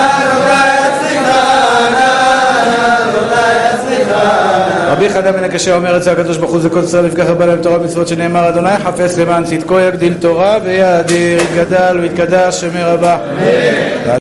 רבי חנניה בן הקשה אומר את זה הקדוש ברוך הוא, זה כל ישראל יפקח הרבה להם תורה ומצוות, שנאמר אדוני חפש למען צדקו יגדיל תורה ויאדיר, יתגדל ויתקדש שמי רבה.